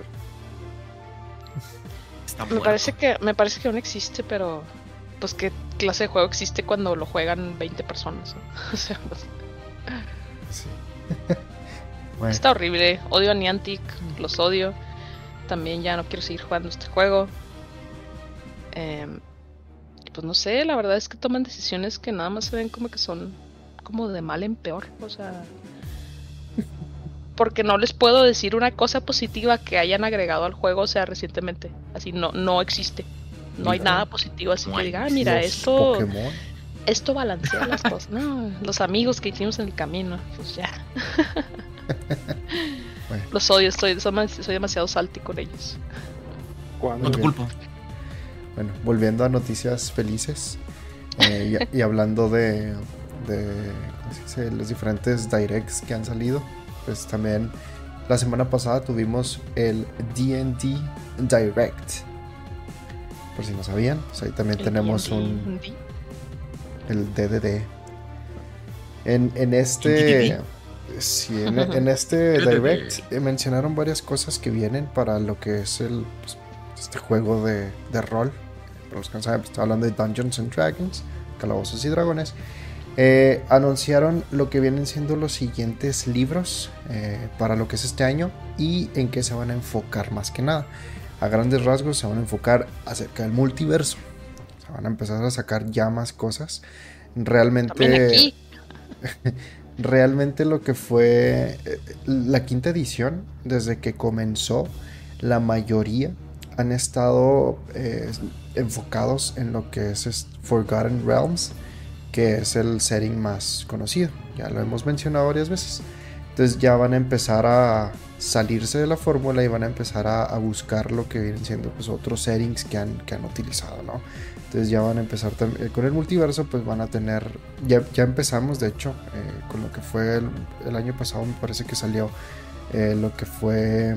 Está Me muerto. parece que me parece que aún existe, pero pues qué clase de juego existe cuando lo juegan veinte personas, ¿no? O sea, pues, Sí. Bueno, está horrible. Odio a Niantic, los odio. También ya no quiero seguir jugando este juego. Em, pues no sé, la verdad es que toman decisiones que nada más se ven como que son como de mal en peor, o sea, porque no les puedo decir una cosa positiva que hayan agregado al juego, o sea, recientemente, así no no existe. No hay Mira. nada positivo así No que hay. diga, ah, mira, los esto Pokémon. esto balancea las cosas. No, los amigos que hicimos en el camino, pues ya. Bueno. Los odio, estoy, soy, soy demasiado salty con ellos. ¿Cuándo? No te bien. culpo. Bueno, volviendo a noticias felices. eh, y, y hablando de, de ¿cómo se dice? Los diferentes directs que han salido. Pues también la semana pasada tuvimos el D and D Direct. Por si no sabían, pues ahí también El tenemos D and D, un un D. el D D D. En, en este sí, en, en este Direct eh, mencionaron varias cosas que vienen para lo que es el pues, este juego de, de rol. Para los que no saben, pues, estoy hablando de Dungeons and Dragons, Calabozos y Dragones. Eh, anunciaron lo que vienen siendo los siguientes libros eh, para lo que es este año y en qué se van a enfocar más que nada. A grandes rasgos se van a enfocar acerca del multiverso. Se van a empezar a sacar ya más cosas. Realmente, También aquí. realmente lo que fue eh, la quinta edición, desde que comenzó, la mayoría han estado eh, enfocados en lo que es, es Forgotten Realms, que es el setting más conocido. Ya lo hemos mencionado varias veces. Entonces ya van a empezar a salirse de la fórmula y van a empezar a, a buscar lo que vienen siendo pues, otros settings que han, que han utilizado, ¿no? Entonces ya van a empezar también con el multiverso, pues van a tener, ya, ya empezamos de hecho eh, con lo que fue el, el año pasado, me parece que salió eh, lo que fue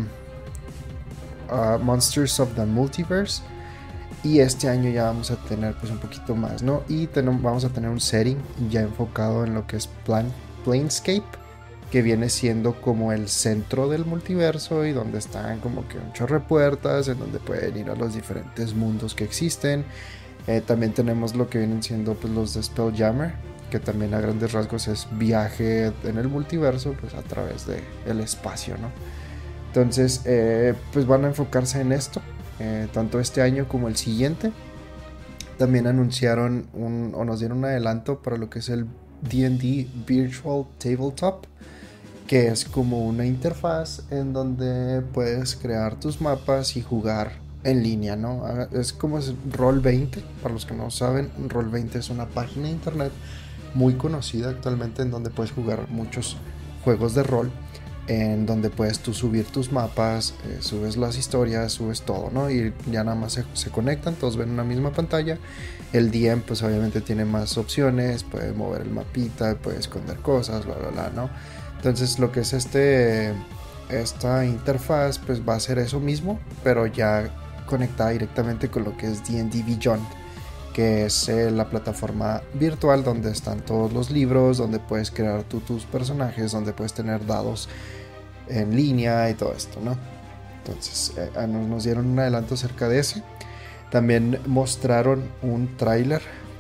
uh, Monsters of the Multiverse. Y este año ya vamos a tener pues un poquito más, ¿no? Y tenemos, vamos a tener un setting ya enfocado en lo que es Plan, Planescape, que viene siendo como el centro del multiverso y donde están como que un chorro de puertas en donde pueden ir a los diferentes mundos que existen. Eh, también tenemos lo que vienen siendo pues, los de Spelljammer, que también a grandes rasgos es viaje en el multiverso pues a través del espacio, ¿no? Entonces eh, pues van a enfocarse en esto. Eh, tanto este año como el siguiente. También anunciaron un, o nos dieron un adelanto para lo que es el D and D Virtual Tabletop, que es como una interfaz en donde puedes crear tus mapas y jugar en línea, ¿no? Es como Roll veinte, para los que no saben, Roll veinte es una página de internet muy conocida actualmente en donde puedes jugar muchos juegos de rol, en donde puedes tú subir tus mapas, eh, subes las historias, subes todo, ¿no? Y ya nada más se, se conectan, todos ven una misma pantalla. El D M pues obviamente tiene más opciones, puede mover el mapita, puede esconder cosas, bla bla bla, ¿no? Entonces lo que es este esta interfaz pues va a ser eso mismo, pero ya conectada directamente con lo que es D and D Beyond, que es eh, la plataforma virtual donde están todos los libros, donde puedes crear tú tus personajes, donde puedes tener dados en línea y todo esto, ¿no? Entonces eh, nos dieron un adelanto acerca de ese. También mostraron un tráiler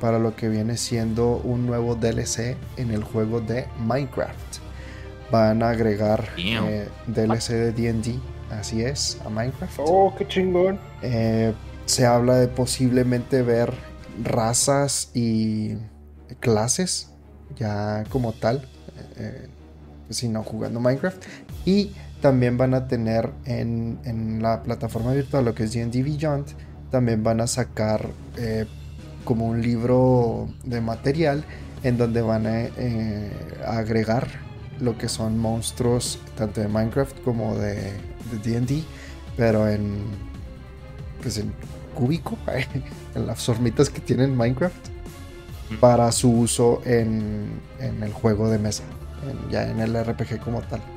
para lo que viene siendo un nuevo D L C en el juego de Minecraft. Van a agregar eh, D L C de D and D, así es, a Minecraft. Oh, qué chingón. Eh, se habla de posiblemente ver razas y clases ya como tal, eh, si no jugando Minecraft. Y también van a tener en, en la plataforma virtual, lo que es D and D Beyond, también van a sacar eh, como un libro de material en donde van a, eh, a agregar lo que son monstruos tanto de Minecraft como de D and D, pero en pues en cúbico, en las formitas que tienen Minecraft, para su uso en, en el juego de mesa, en, ya en el R P G como tal.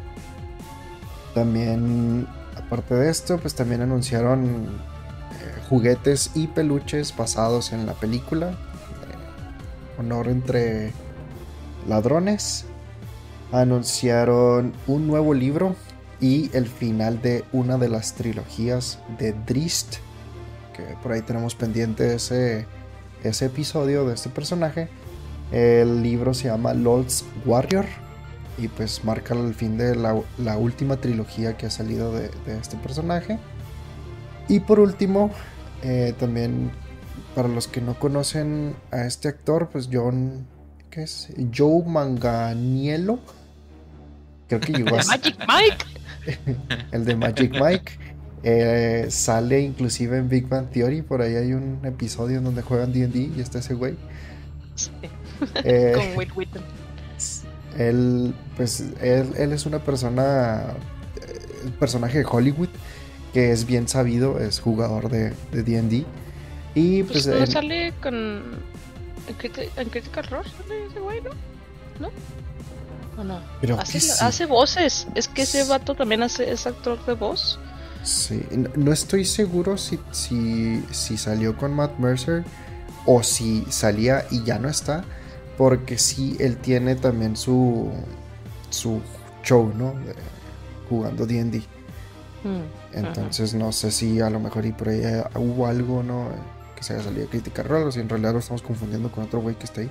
También, aparte de esto, pues también anunciaron eh, juguetes y peluches basados en la película, eh, Honor entre Ladrones. Anunciaron un nuevo libro y el final de una de las trilogías de Drizzt, que por ahí tenemos pendiente ese, ese episodio de este personaje. El libro se llama Lord's Warrior y pues marca el fin de la, la última trilogía que ha salido de, de este personaje. Y por último, eh, también para los que no conocen a este actor, pues John, ¿qué es? Joe Manganiello, creo que llegó a Magic Mike. el de Magic Mike. Eh, sale inclusive en Big Bang Theory. Por ahí hay un episodio en donde juegan D and D y está ese güey. Sí. Eh, Con Will Wheaton. Él, pues, él, él es una persona, eh, personaje de Hollywood que es bien sabido, es jugador de, de D and D. Y Pues, pues, ¿no él, sale con en, Criti- en Critical Role sale ese güey, no? ¿No? ¿O no? Pero hace, que sí. hace voces. Es que ese vato también hace, es actor de voz. Sí, no, no estoy seguro si, si, si salió con Matt Mercer o si salía y ya no está, porque sí, él tiene también su, su show, ¿no? De, jugando D and D. Mm, Entonces no sé si a lo mejor y por ahí hubo algo, ¿no? Que se haya salido a criticar raro, si en realidad lo estamos confundiendo con otro güey que está ahí.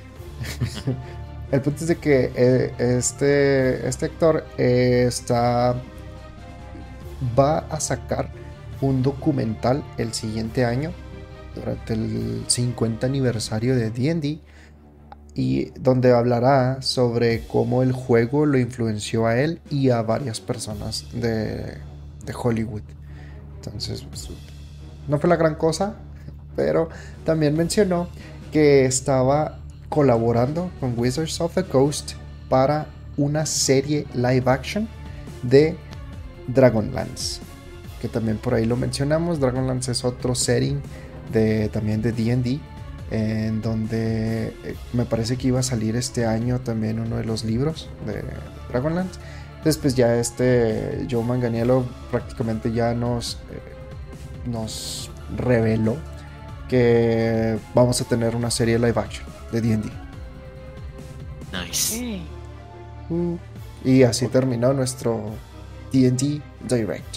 El punto es de que eh, este, este actor eh, está va a sacar un documental el siguiente año durante el cincuenta aniversario de D and D, y donde hablará sobre cómo el juego lo influenció a él y a varias personas de, de Hollywood. Entonces, pues, no fue la gran cosa, pero también mencionó que estaba colaborando con Wizards of the Coast para una serie live action de Dragonlance, que también por ahí lo mencionamos. Dragonlance es otro setting de, también de D and D, en donde eh, me parece que iba a salir este año también uno de los libros de Dragonlance. Entonces pues ya este Joe Manganiello prácticamente ya nos, eh, nos reveló que vamos a tener una serie live action de D and D. Nice. Sí. Uh, y así terminó nuestro D and D Direct.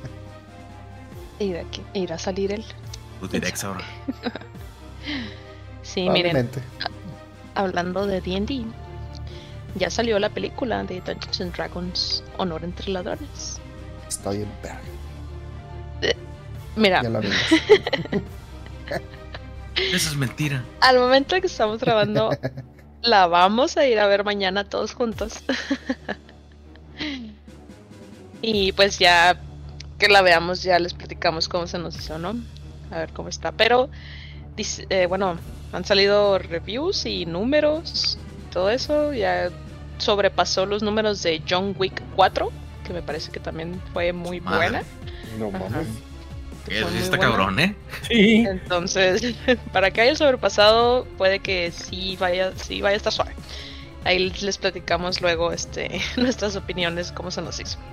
¿Y de aquí irá a salir él? Tu Direct ahora. Sí, miren, Probablemente. hablando de D and D, ya salió la película de Dungeons and Dragons Honor entre Ladrones. Está bien verga. Mira, Ya la vimos. Eso es mentira. al momento que estamos grabando, la vamos a ir a ver mañana todos juntos. Y pues ya que la veamos, ya les platicamos cómo se nos hizo, ¿no? A ver cómo está. Pero, dice, eh, bueno, han salido reviews y números, todo eso. Ya sobrepasó los números de John Wick cuatro, que me parece que también fue muy Madre. buena. No Ajá. mames. Eso Fue sí muy está buena. cabrón, ¿eh? Sí. Entonces, para que haya sobrepasado, puede que sí vaya, sí vaya a estar suave. Ahí les platicamos luego este, nuestras opiniones, cómo se nos hizo.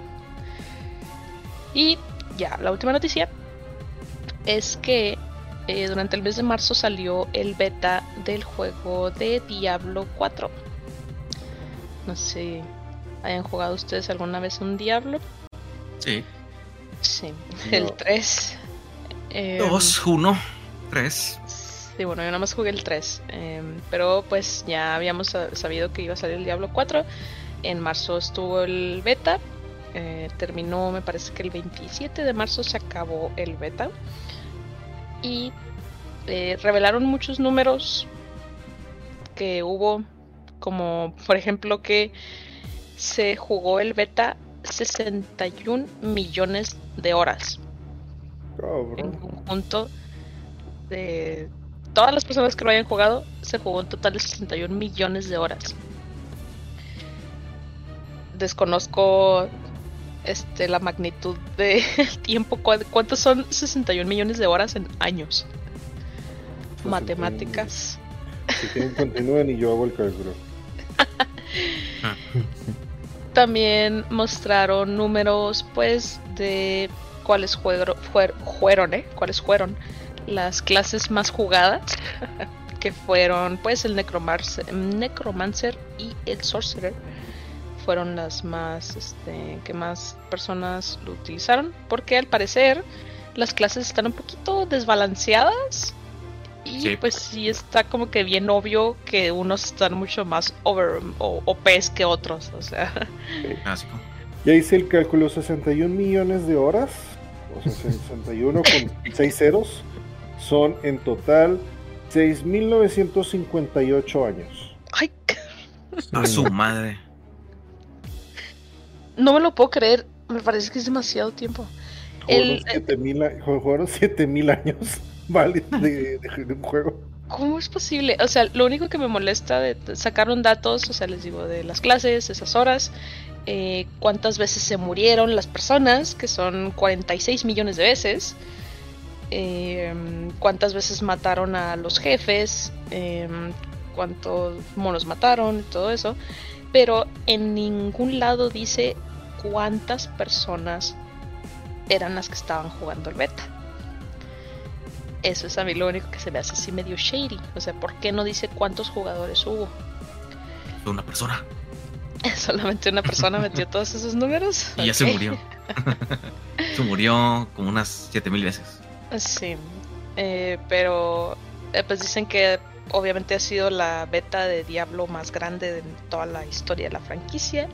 Y ya, la última noticia es que eh, durante el mes de marzo salió el beta del juego de Diablo cuatro. No sé si hayan jugado ustedes alguna vez un Diablo. Sí. Sí, No. el tres. Eh, Dos, uno, tres. Sí, Sí, bueno, yo nada más jugué el tres. Eh, pero pues ya habíamos sabido que iba a salir el Diablo cuatro. En marzo estuvo el beta. Eh, terminó, me parece que el veintisiete de marzo se acabó el beta. Y eh, revelaron muchos números que hubo. Como por ejemplo que se jugó el beta sesenta y un millones de horas. Oh, En conjunto de todas las personas que lo hayan jugado, se jugó un total de sesenta y un millones de horas. Desconozco este la magnitud del tiempo. ¿Cuántos son sesenta y un millones de horas en años? sesenta Matemáticas. Si quieren continúen y yo hago el cálculo. También mostraron números pues de cuáles fueron, fueron, ¿eh? cuáles fueron las clases más jugadas, que fueron pues el Necromancer, Necromancer y el Sorcerer. Fueron las más, este, que más personas lo utilizaron, porque al parecer las clases están un poquito desbalanceadas. Y sí, pues sí está como que bien obvio que unos están mucho más over o O Pes que otros, o sea. Clásico. Ya hice el cálculo, sesenta y un millones de horas, o sea, sesenta y uno con seis ceros, son en total seis mil novecientos cincuenta y ocho años. Ay, a su madre. No me lo puedo creer, me parece que es demasiado tiempo. Jugaron siete mil años. Vale, de, de, de un juego. ¿Cómo es posible? O sea, lo único que me molesta de sacaron datos, o sea, les digo, de las clases, esas horas, eh, cuántas veces se murieron las personas, que son cuarenta y seis millones de veces, eh, cuántas veces mataron a los jefes, eh, cuántos monos mataron y todo eso, pero en ningún lado dice cuántas personas eran las que estaban jugando el beta. Eso es a mí lo único que se me hace así medio shady. O sea, ¿por qué no dice cuántos jugadores hubo? Una persona. Solamente una persona metió todos esos números. Y okay. Ya se murió. Se murió como unas siete mil veces. Sí. Eh, pero eh, pues dicen que obviamente ha sido la beta de Diablo más grande de toda la historia de la franquicia.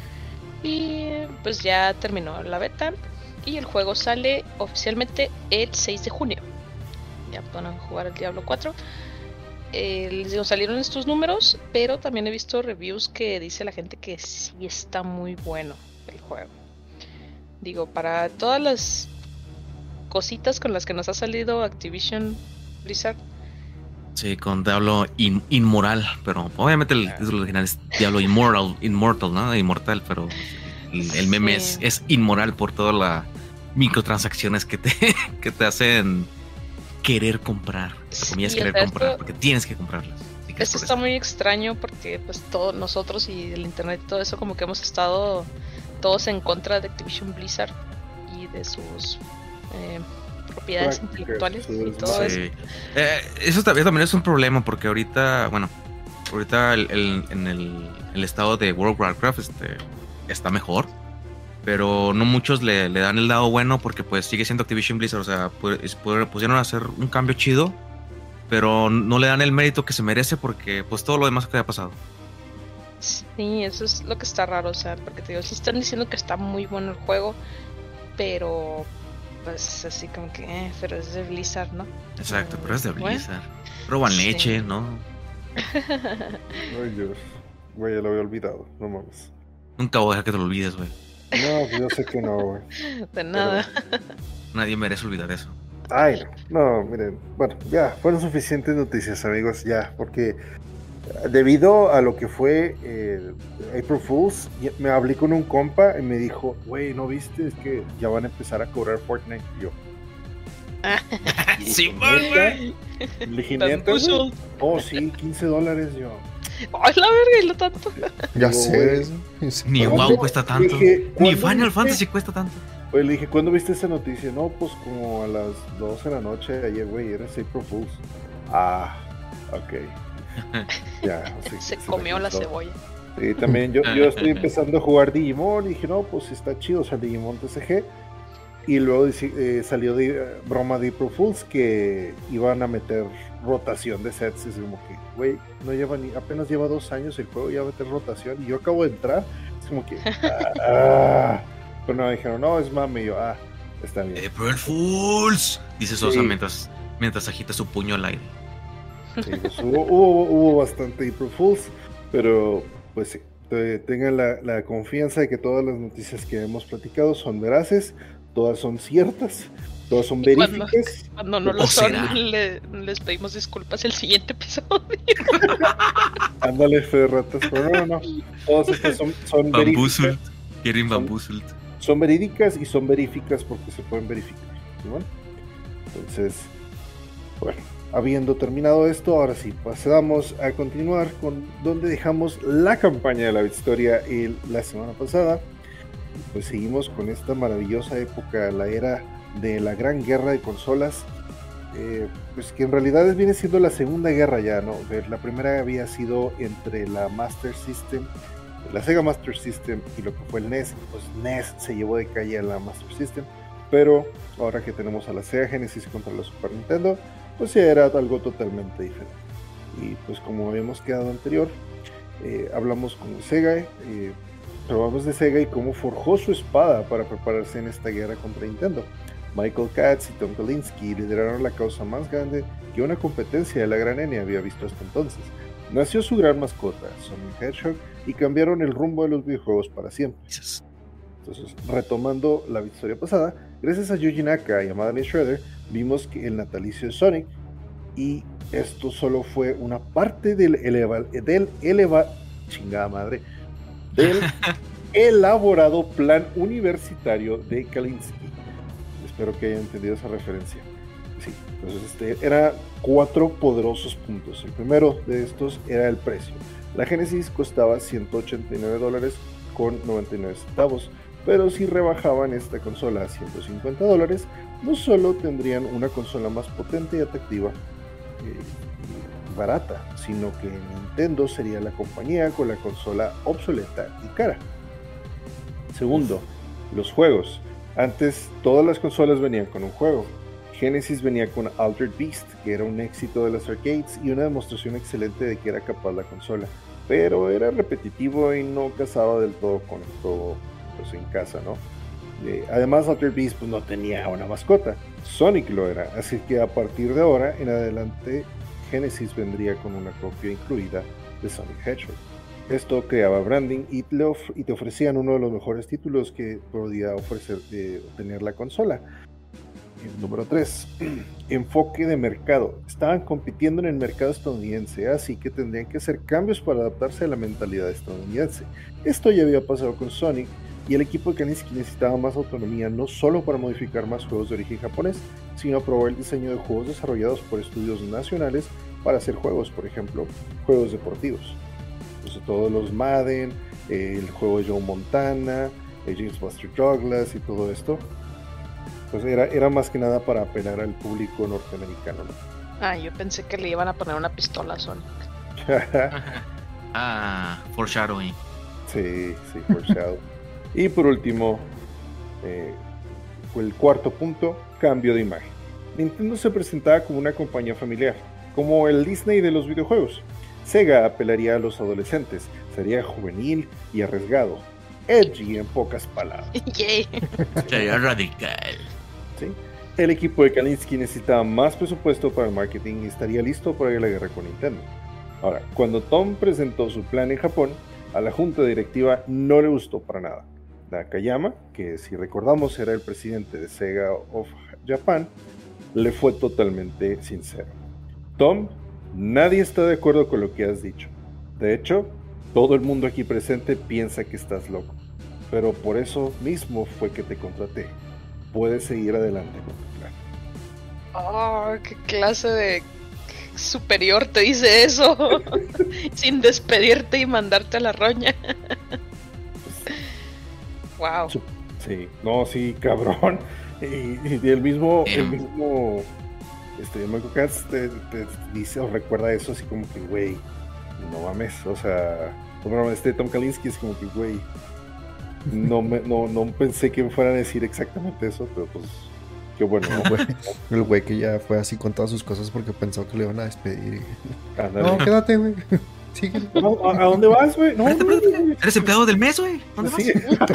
Y pues ya terminó la beta. Y el juego sale oficialmente el seis de junio. Ya pueden jugar el Diablo cuatro. Eh, les digo, salieron estos números, pero también he visto reviews que dice la gente que sí está muy bueno el juego. Digo, para todas las cositas con las que nos ha salido Activision Blizzard. Sí, con Diablo in, Inmoral, pero obviamente el título original es Diablo Immortal, Immortal, ¿no? Inmortal, pero el, el meme sí. es, es inmoral por todas las microtransacciones que te, que te hacen querer comprar, sí, comillas, querer esto, comprar, porque tienes que comprarlas. Esto está eso. Muy extraño porque pues todos nosotros y el internet y todo eso como que hemos estado todos en contra de Activision Blizzard y de sus eh, propiedades Práctica, intelectuales sí, y todo sí. eso. Eh, eso también es un problema porque ahorita, bueno, ahorita el, el, en el, el estado de World of Warcraft este, está mejor. Pero no muchos le, le dan el lado bueno porque pues sigue siendo Activision Blizzard. O sea, pues, pusieron a hacer un cambio chido, pero no le dan el mérito que se merece porque pues todo lo demás que ha pasado. Sí, eso es lo que está raro. O sea, porque te digo, sí están diciendo que está muy bueno el juego, pero pues así como que, eh, pero es de Blizzard, ¿no? Exacto, pero es de Blizzard. Roban sí. leche, ¿no? Ay, Dios. Güey, ya lo había olvidado, no mames. Nunca voy a dejar que te lo olvides, güey. No, yo sé que no, güey. De nada. Pero nadie merece olvidar eso. Ay, no, no, miren. Bueno, ya, fueron suficientes noticias, amigos, ya. Porque debido a lo que fue eh, April Fools, me hablé con un compa y me dijo, güey, ¿no viste? Es que ya van a empezar a cobrar Fortnite. Y yo. Sí, güey. Le dije, ¿neta? Oh, sí, quince dólares, yo. ¡Ay, la verga! ¿Y lo tanto? Ya sé. Ni WoW cuesta tanto. Dije, ni Final viste? Fantasy cuesta tanto. Pues le dije, ¿cuándo viste esa noticia? No, pues como a las doce de la noche ayer, güey, era April Fools. Ah, ok. Ya, sí, se, se comió la cebolla. Sí, también yo, yo estoy empezando a jugar Digimon y dije, no, pues está chido, o sea, Digimon T C G. Y luego eh, salió de eh, broma de April Fools que iban a meter rotación de sets. Es como que, güey, no lleva ni, apenas lleva dos años el juego, ya va a meter rotación. Y yo acabo de entrar, es como que, ah, pero no, dijeron, no, es mame. Y yo, ah, está bien. April Fools, dice Sosa Sí. mientras, mientras agita su puño al aire. Sí, pues, hubo, hubo, hubo bastante April Fools, pero pues sí, te- tengan la, la confianza de que todas las noticias que hemos platicado son veraces, todas son ciertas, todas son Y cuando- veríficas. Cuando no ¿O lo son, será? le- les pedimos disculpas el siguiente episodio. Ándale, fe de ratas, pero no, no, no. Todas estas son, son Bamboozled. veríficas, Quieren Son- Bamboozled. son verídicas y son veríficas porque se pueden verificar. ¿Sí, bueno? Entonces, bueno, habiendo terminado esto, ahora sí, pasamos a continuar con donde dejamos la campaña de la historia el, la semana pasada. Pues seguimos con esta maravillosa época, la era de la gran guerra de consolas. Eh, pues que en realidad viene siendo la segunda guerra ya, ¿no? La primera había sido entre la Master System, la Sega Master System y lo que fue el N E S. Pues N E S se llevó de calle a la Master System, pero ahora que tenemos a la Sega Genesis contra la Super Nintendo, pues ya era algo totalmente diferente. Y pues como habíamos quedado anterior, eh, hablamos con Sega, eh, hablamos de Sega y cómo forjó su espada para prepararse en esta guerra contra Nintendo. Michael Katz y Tom Kalinske lideraron la causa más grande que una competencia de la Gran N había visto hasta entonces. Nació su gran mascota, Sonic Hedgehog, y cambiaron el rumbo de los videojuegos para siempre. Dices, Entonces, retomando la historia pasada, gracias a Yuji Naka y a Madeline Schroeder, vimos que el natalicio de Sonic, y esto solo fue una parte del eleva, del eleva, chingada madre, del elaborado plan universitario de Kalinske. Espero que hayan entendido esa referencia. Sí, entonces este, era cuatro poderosos puntos. El primero de estos era el precio. La Genesis costaba ciento ochenta y nueve dólares con noventa y nueve centavos, pero si rebajaban esta consola a ciento cincuenta dólares, no solo tendrían una consola más potente y atractiva eh, y barata, sino que Nintendo sería la compañía con la consola obsoleta y cara. Segundo, los juegos. Antes todas las consolas venían con un juego. Genesis venía con Altered Beast, que era un éxito de las arcades y una demostración excelente de que era capaz la consola, pero era repetitivo y no casaba del todo con el juego pues, en casa, ¿no? Eh, además, Altered Beast pues, no tenía una mascota, Sonic lo era, así que a partir de ahora en adelante Genesis vendría con una copia incluida de Sonic Hedgehog. Esto creaba branding y te, of- y te ofrecían uno de los mejores títulos que podía ofrecer eh, obtener la consola. El número tres, enfoque de mercado. Estaban compitiendo en el mercado estadounidense, así que tendrían que hacer cambios para adaptarse a la mentalidad estadounidense. Esto ya había pasado con Sonic, y el equipo de Kalinske necesitaba más autonomía, no solo para modificar más juegos de origen japonés, sino probar el diseño de juegos desarrollados por estudios nacionales para hacer juegos, por ejemplo, juegos deportivos. Entonces, todos los Madden, eh, el juego de Joe Montana, eh, James Buster Douglas y todo esto, pues era, era más que nada para apelar al público norteamericano, ¿no? Ah, yo pensé que le iban a poner una pistola a Sonic. ah, foreshadowing. Sí, sí, foreshadow. Y por último, eh, el cuarto punto, cambio de imagen. Nintendo se presentaba como una compañía familiar, como el Disney de los videojuegos. Sega apelaría a los adolescentes, sería juvenil y arriesgado, edgy en pocas palabras. Yay. Sería radical. ¿Sí? El equipo de Kalinske necesitaba más presupuesto para el marketing y estaría listo para ir a la guerra con Nintendo. Ahora, cuando Tom presentó su plan en Japón, a la junta directiva no le gustó para nada. Nakayama, que si recordamos era el presidente de Sega of Japan, le fue totalmente sincero. Tom, nadie está de acuerdo con lo que has dicho. De hecho, todo el mundo aquí presente piensa que estás loco. Pero por eso mismo fue que te contraté. Puedes seguir adelante con tu plan. Oh, qué clase de superior te dice eso. Sin despedirte y mandarte a la roña. Wow. Sí, no, sí, cabrón. Y, y el mismo, el mismo, este, Michael Katz te, te dice o recuerda eso así como que, güey, no mames, o sea, bueno, este Tom Kalinske es como que, güey, No, me, no, no pensé que me fueran a decir exactamente eso, pero pues qué bueno, ¿no? El güey, el güey que ya fue así con todas sus cosas porque pensó que le iban a despedir. Ándale. No, quédate, güey. Síguele. No, ¿a, a dónde vas, güey? No, Espérate, no, espérate. güey. Eres empleado del mes, güey. ¿Dónde Sí.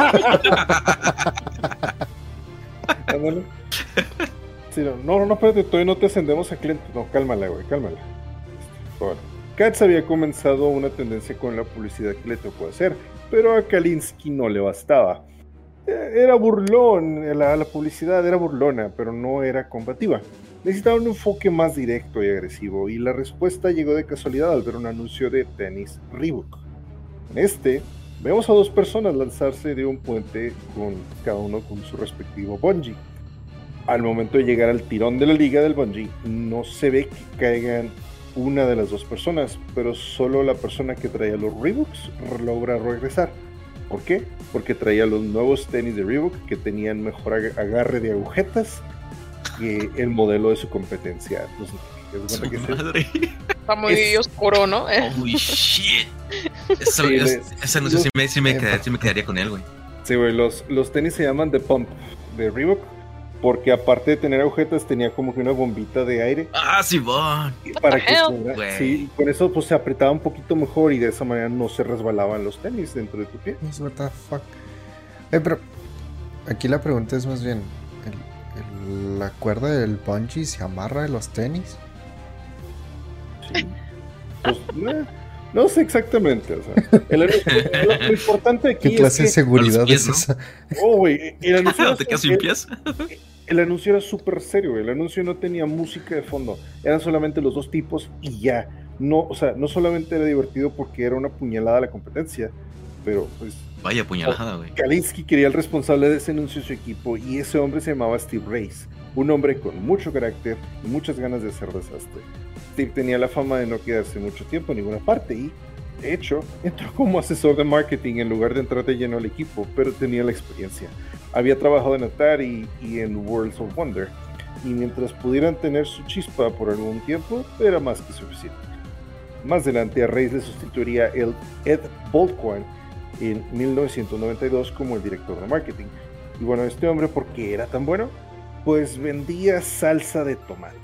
Ándale. Sí, no, no, no, espérate, todavía no te ascendemos a cliente. No, cálmala, güey, cálmala. Este, bueno. Katz había comenzado una tendencia con la publicidad que le tocó hacer, pero a Kalinsky no le bastaba. Era burlón, la, la publicidad era burlona, pero no era combativa. Necesitaba un enfoque más directo y agresivo, y la respuesta llegó de casualidad al ver un anuncio de tenis Reebok. En este, vemos a dos personas lanzarse de un puente, con cada uno con su respectivo bungee. Al momento de llegar al tirón de la liga del bungee, no se ve que caigan una de las dos personas, pero solo la persona que traía los Reeboks logra regresar. ¿Por qué? Porque traía los nuevos tenis de Reebok que tenían mejor ag- agarre de agujetas que el modelo de su competencia. Entonces, ¿es Su que se- madre. Está muy Es- oscuro, ¿no? Eh, Holy shit. Eso, Sí, es- les- ese anuncio sí me, sí me Eh, quedaría, sí me quedaría con él, güey. Sí, güey, los, los tenis se llaman The Pump de Reebok, porque aparte de tener agujetas tenía como que una bombita de aire Ah, sí, va. para the que hell? fuera- Güey. sí, con eso pues se apretaba un poquito mejor y de esa manera no se resbalaban los tenis dentro de tu pie. Pues, what the fuck. Eh, pero aquí la pregunta es más bien, ¿el, el- ¿la cuerda del bungee se amarra de los tenis? Sí. Pues, eh, no sé exactamente, o sea, el anuncio- lo, lo importante aquí ¿Qué es clase de que, seguridad A los pies, es ¿no? esa? oh, güey, el anuncio ¿No era te quedas su- sin el- pies? El anuncio era súper serio, güey. El anuncio no tenía música de fondo, eran solamente los dos tipos y ya. No, o sea, no solamente era divertido porque era una puñalada a la competencia, pero pues Vaya puñalada, güey. Kalinsky quería al responsable de ese anuncio de su equipo y ese hombre se llamaba Steve Race, un hombre con mucho carácter y muchas ganas de hacer desastre. Steve tenía la fama de no quedarse mucho tiempo en ninguna parte y, de hecho, entró como asesor de marketing en lugar de entrar de lleno al equipo, pero tenía la experiencia. Había trabajado en Atari y en Worlds of Wonder, y mientras pudieran tener su chispa por algún tiempo, era más que suficiente. Más adelante a Reyes le sustituiría el Ed Boltcoin en mil novecientos noventa y dos como el director de marketing. Y bueno, este hombre, ¿por qué era tan bueno? Pues vendía salsa de tomate.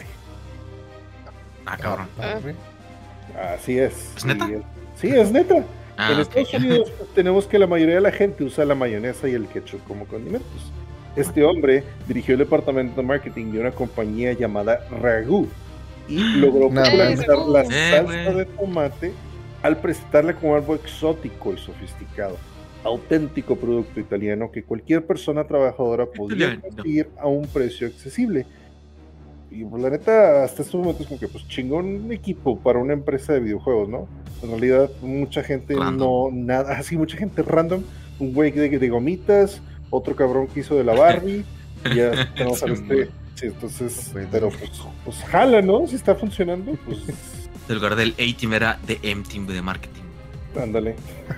Ah, cabrón. Arre. Así es. ¿Es neta? Y es- sí, es neta. Ah, en ok. Estados Unidos pues, tenemos que la mayoría de la gente usa la mayonesa y el ketchup como condimentos. Este hombre dirigió el departamento de marketing de una compañía llamada Ragu y logró No, popularizar güey. la Eh, salsa güey. de tomate al presentarla como algo exótico y sofisticado. Auténtico producto italiano que cualquier persona trabajadora podía Italiano. conseguir a un precio accesible. Y pues, la neta, hasta estos momentos como que pues chingón equipo para una empresa de videojuegos, ¿no? En realidad, mucha gente Random. no, nada, así mucha gente random, un güey de, de gomitas, otro cabrón que hizo de la Barbie, y ya tenemos al Sí, este, güey. sí, entonces, Güey, pero pues, pues jala, ¿no? Si está funcionando, pues El lugar del A-Team era de M-Team de marketing. ándale.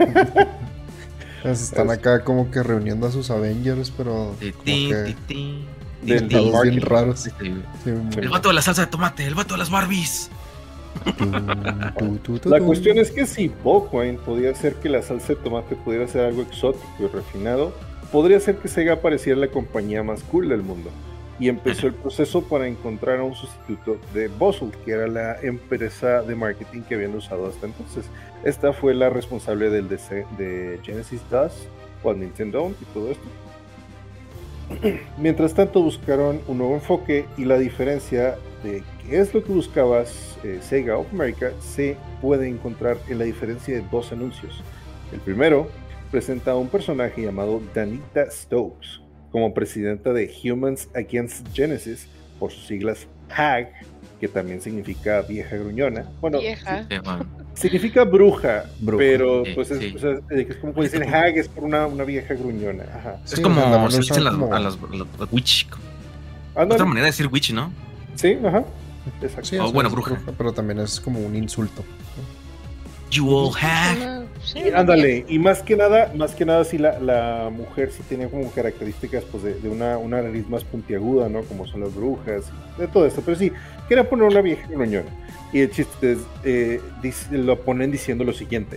Están Es- acá como que reuniendo a sus Avengers, pero Ti, como ti, que ti, ti, Del- ti, del ti. todos bien marketing. raros. Sí, güey. Sí, muy- El vato de la salsa de tomate, el vato de las Barbies. Tu, tu, tu, La tu. cuestión es que si Bocoin podía hacer que la salsa de tomate pudiera ser algo exótico y refinado, podría hacer que Sega apareciera la compañía más cool del mundo. Y empezó el proceso para encontrar a un sustituto de Boswell, que era la empresa de marketing que habían usado hasta entonces. Esta fue la responsable del D C de Genesis dos o Nintendo y todo esto. Mientras tanto buscaron un nuevo enfoque y la diferencia de qué es lo que buscabas eh, Sega of America se puede encontrar en la diferencia de dos anuncios. El primero presenta a un personaje llamado Danita Stokes como presidenta de Humans Against Genesis, por sus siglas H A G, que también significa vieja gruñona. Bueno, Vieja. Sí, bueno. significa bruja, Bruja. pero Sí, pues es, sí. o sea, es como cuando dicen Hag es por una, una vieja gruñona. Ajá. Es Sí, como o sea, también se lo dicen las, usan como- a las, las- las witch. Ándale. Otra manera de decir witch, ¿no? Sí, ajá. Exacto. Sí, Oh, o sea, bueno, es bruja. Pero también es como un insulto. You all have. Una- sí, Y ándale, y más que nada, más que nada, sí, la, la mujer sí tenía como características pues de, de una, una nariz más puntiaguda, ¿no? Como son las brujas, de todo esto. Pero sí, quería poner una vieja gruñona. Y el chiste es, eh, dice- lo ponen diciendo lo siguiente: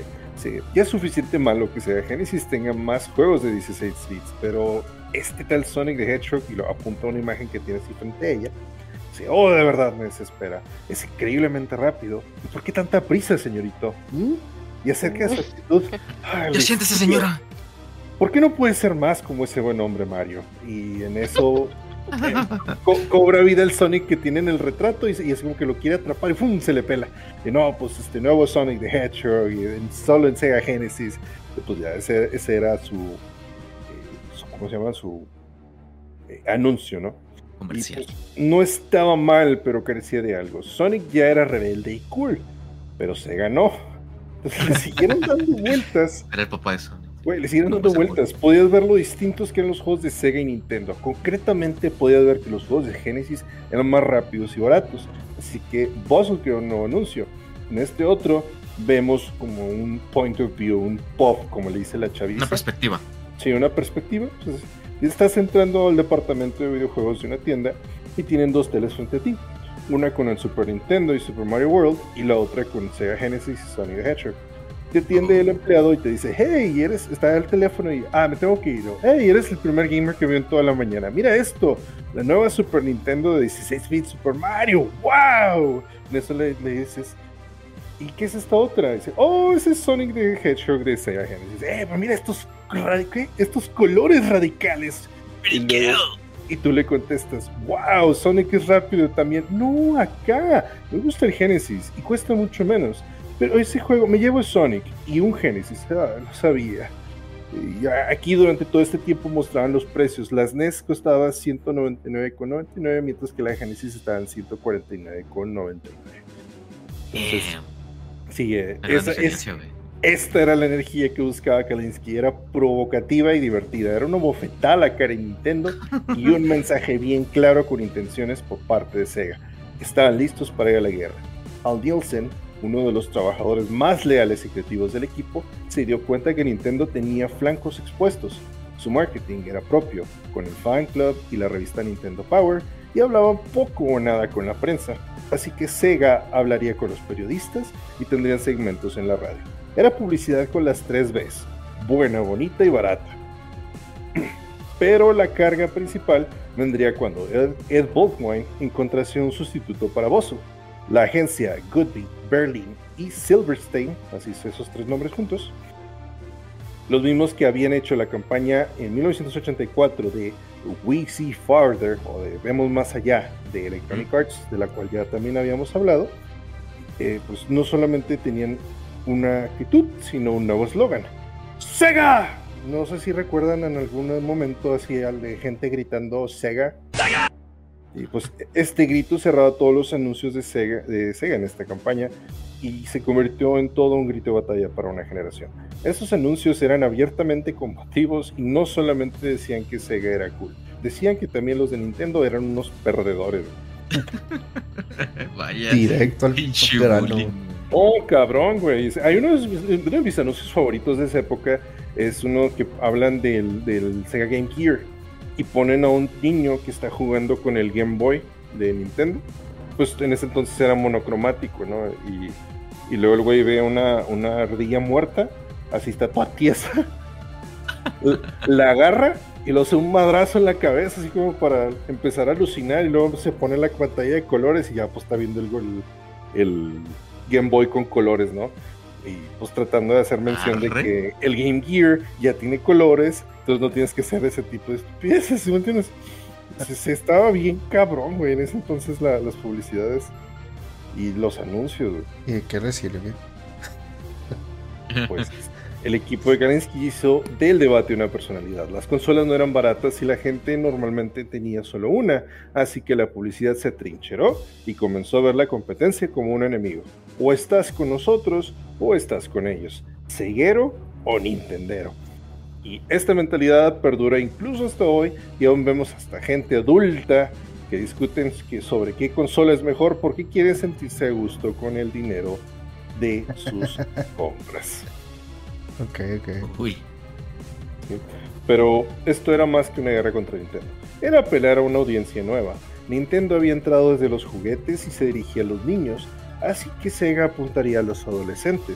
Sí, ya es suficiente malo que Sega Genesis tenga más juegos de dieciséis bits, pero este tal Sonic the Hedgehog, y lo apunta a una imagen que tiene así frente a ella, dice, oh, de verdad me desespera, es increíblemente rápido. ¿Y por qué tanta prisa, señorito? ¿Mm? Y acerca de su actitud... Ya siéntese, señora. ¿Por qué no puede ser más como ese buen hombre, Mario? Y en eso eh, co cobra vida el Sonic que tiene en el retrato y, y es como que lo quiere atrapar y ¡fum! Se le pela. Y no, pues este nuevo Sonic the Hedgehog, y en, solo en Sega Genesis. Y pues ya, ese, ese era su, eh, su, ¿cómo se llama? Su eh, anuncio, ¿no? Comercial. Y, pues, no estaba mal, pero carecía de algo. Sonic ya era rebelde y cool, pero se ganó. Entonces le siguieron dando vueltas. Era el papá de Sonic. Güey, le siguieron dando vueltas. Podías ver lo distintos que eran los juegos de Sega y Nintendo. Concretamente podías ver que los juegos de Genesis eran más rápidos y baratos. Así que Buzz creó un nuevo anuncio. En este otro vemos como un point of view, un pop, como le dice la chaviza. Una perspectiva. Sí, una perspectiva. Pues, estás entrando al departamento de videojuegos de una tienda y tienen dos teles frente a ti. Una con el Super Nintendo y Super Mario World, y la otra con Sega Genesis y Sonic the Hedgehog. Te atiende el empleado y te dice, hey, eres, está el teléfono y, ah, me tengo que ir. Hey, eres el primer gamer que veo en toda la mañana. Mira esto, la nueva Super Nintendo de dieciséis bits Super Mario. ¡Wow! En eso le, le dices, ¿y qué es esta otra? Dice, oh, ese es Sonic the Hedgehog de Sega Genesis. Eh, pero mira estos, ¿qué? estos colores radicales. Y, luego, y tú le contestas, wow, Sonic es rápido también. No, acá, me gusta el Genesis y cuesta mucho menos. Pero ese juego, me llevo Sonic y un Genesis, ah, no sabía. Y aquí durante todo este tiempo mostraban los precios. Las N E S costaba ciento noventa y nueve con noventa y nueve, mientras que la Genesis estaba en ciento cuarenta y nueve con noventa y nueve. Entonces, sí, eh, esa, es, esta era la energía que buscaba Kalinsky. Era provocativa y divertida. Era una bofetada a la cara de Nintendo y un mensaje bien claro con intenciones por parte de Sega. Estaban listos para ir a la guerra. Al Nielsen, uno de los trabajadores más leales y creativos del equipo, se dio cuenta que Nintendo tenía flancos expuestos. Su marketing era propio, con el fan club y la revista Nintendo Power, y hablaban poco o nada con la prensa, así que Sega hablaría con los periodistas y tendrían segmentos en la radio. Era publicidad con las tres Bs, buena, bonita y barata. Pero la carga principal vendría cuando Ed, Ed Volkwein encontrase un sustituto para Bozo. La agencia Goodby, Berlin y Silverstein, así son esos tres nombres juntos, los mismos que habían hecho la campaña en mil novecientos ochenta y cuatro de We See Farther, o de Vemos Más Allá, de Electronic Arts, de la cual ya también habíamos hablado, eh, pues no solamente tenían una actitud, sino un nuevo eslogan. ¡Sega! No sé si recuerdan en algún momento así al de gente gritando ¡Sega! ¡Sega! Y pues este grito cerraba todos los anuncios de Sega, de Sega en esta campaña y se convirtió en todo un grito de batalla para una generación. Esos anuncios eran abiertamente combativos y no solamente decían que Sega era cool, decían que también los de Nintendo eran unos perdedores. Vaya. Directo al grano. Oh, cabrón, güey. Hay uno de mis anuncios favoritos de esa época, es uno que hablan del, del Sega Game Gear. Y ponen a un niño que está jugando con el Game Boy de Nintendo. Pues en ese entonces era monocromático, ¿no? Y, y luego el güey ve una, una ardilla muerta, así está toda tiesa. La agarra y lo hace un madrazo en la cabeza, así como para empezar a alucinar. Y luego se pone la pantalla de colores y ya pues está viendo el, el, el Game Boy con colores, ¿no? Y pues tratando de hacer mención Arre. de que el Game Gear ya tiene colores, entonces no tienes que hacer ese tipo de estupideces, ¿sí me entiendes? Se, se estaba bien cabrón, güey, en ese entonces la, las publicidades y los anuncios, güey. ¿Y qué recibe, güey? Pues el equipo de Kalinsky hizo del debate una personalidad. Las consolas no eran baratas y la gente normalmente tenía solo una, así que la publicidad se atrincheró y comenzó a ver la competencia como un enemigo. O estás con nosotros o estás con ellos, ceguero o nintendero. Y esta mentalidad perdura incluso hasta hoy y aún vemos hasta gente adulta que discuten sobre qué consola es mejor porque quieren sentirse a gusto con el dinero de sus compras. Ok, ok. Uy. ¿Sí? Pero esto era más que una guerra contra Nintendo. Era apelar a una audiencia nueva. Nintendo había entrado desde los juguetes y se dirigía a los niños, así que Sega apuntaría a los adolescentes.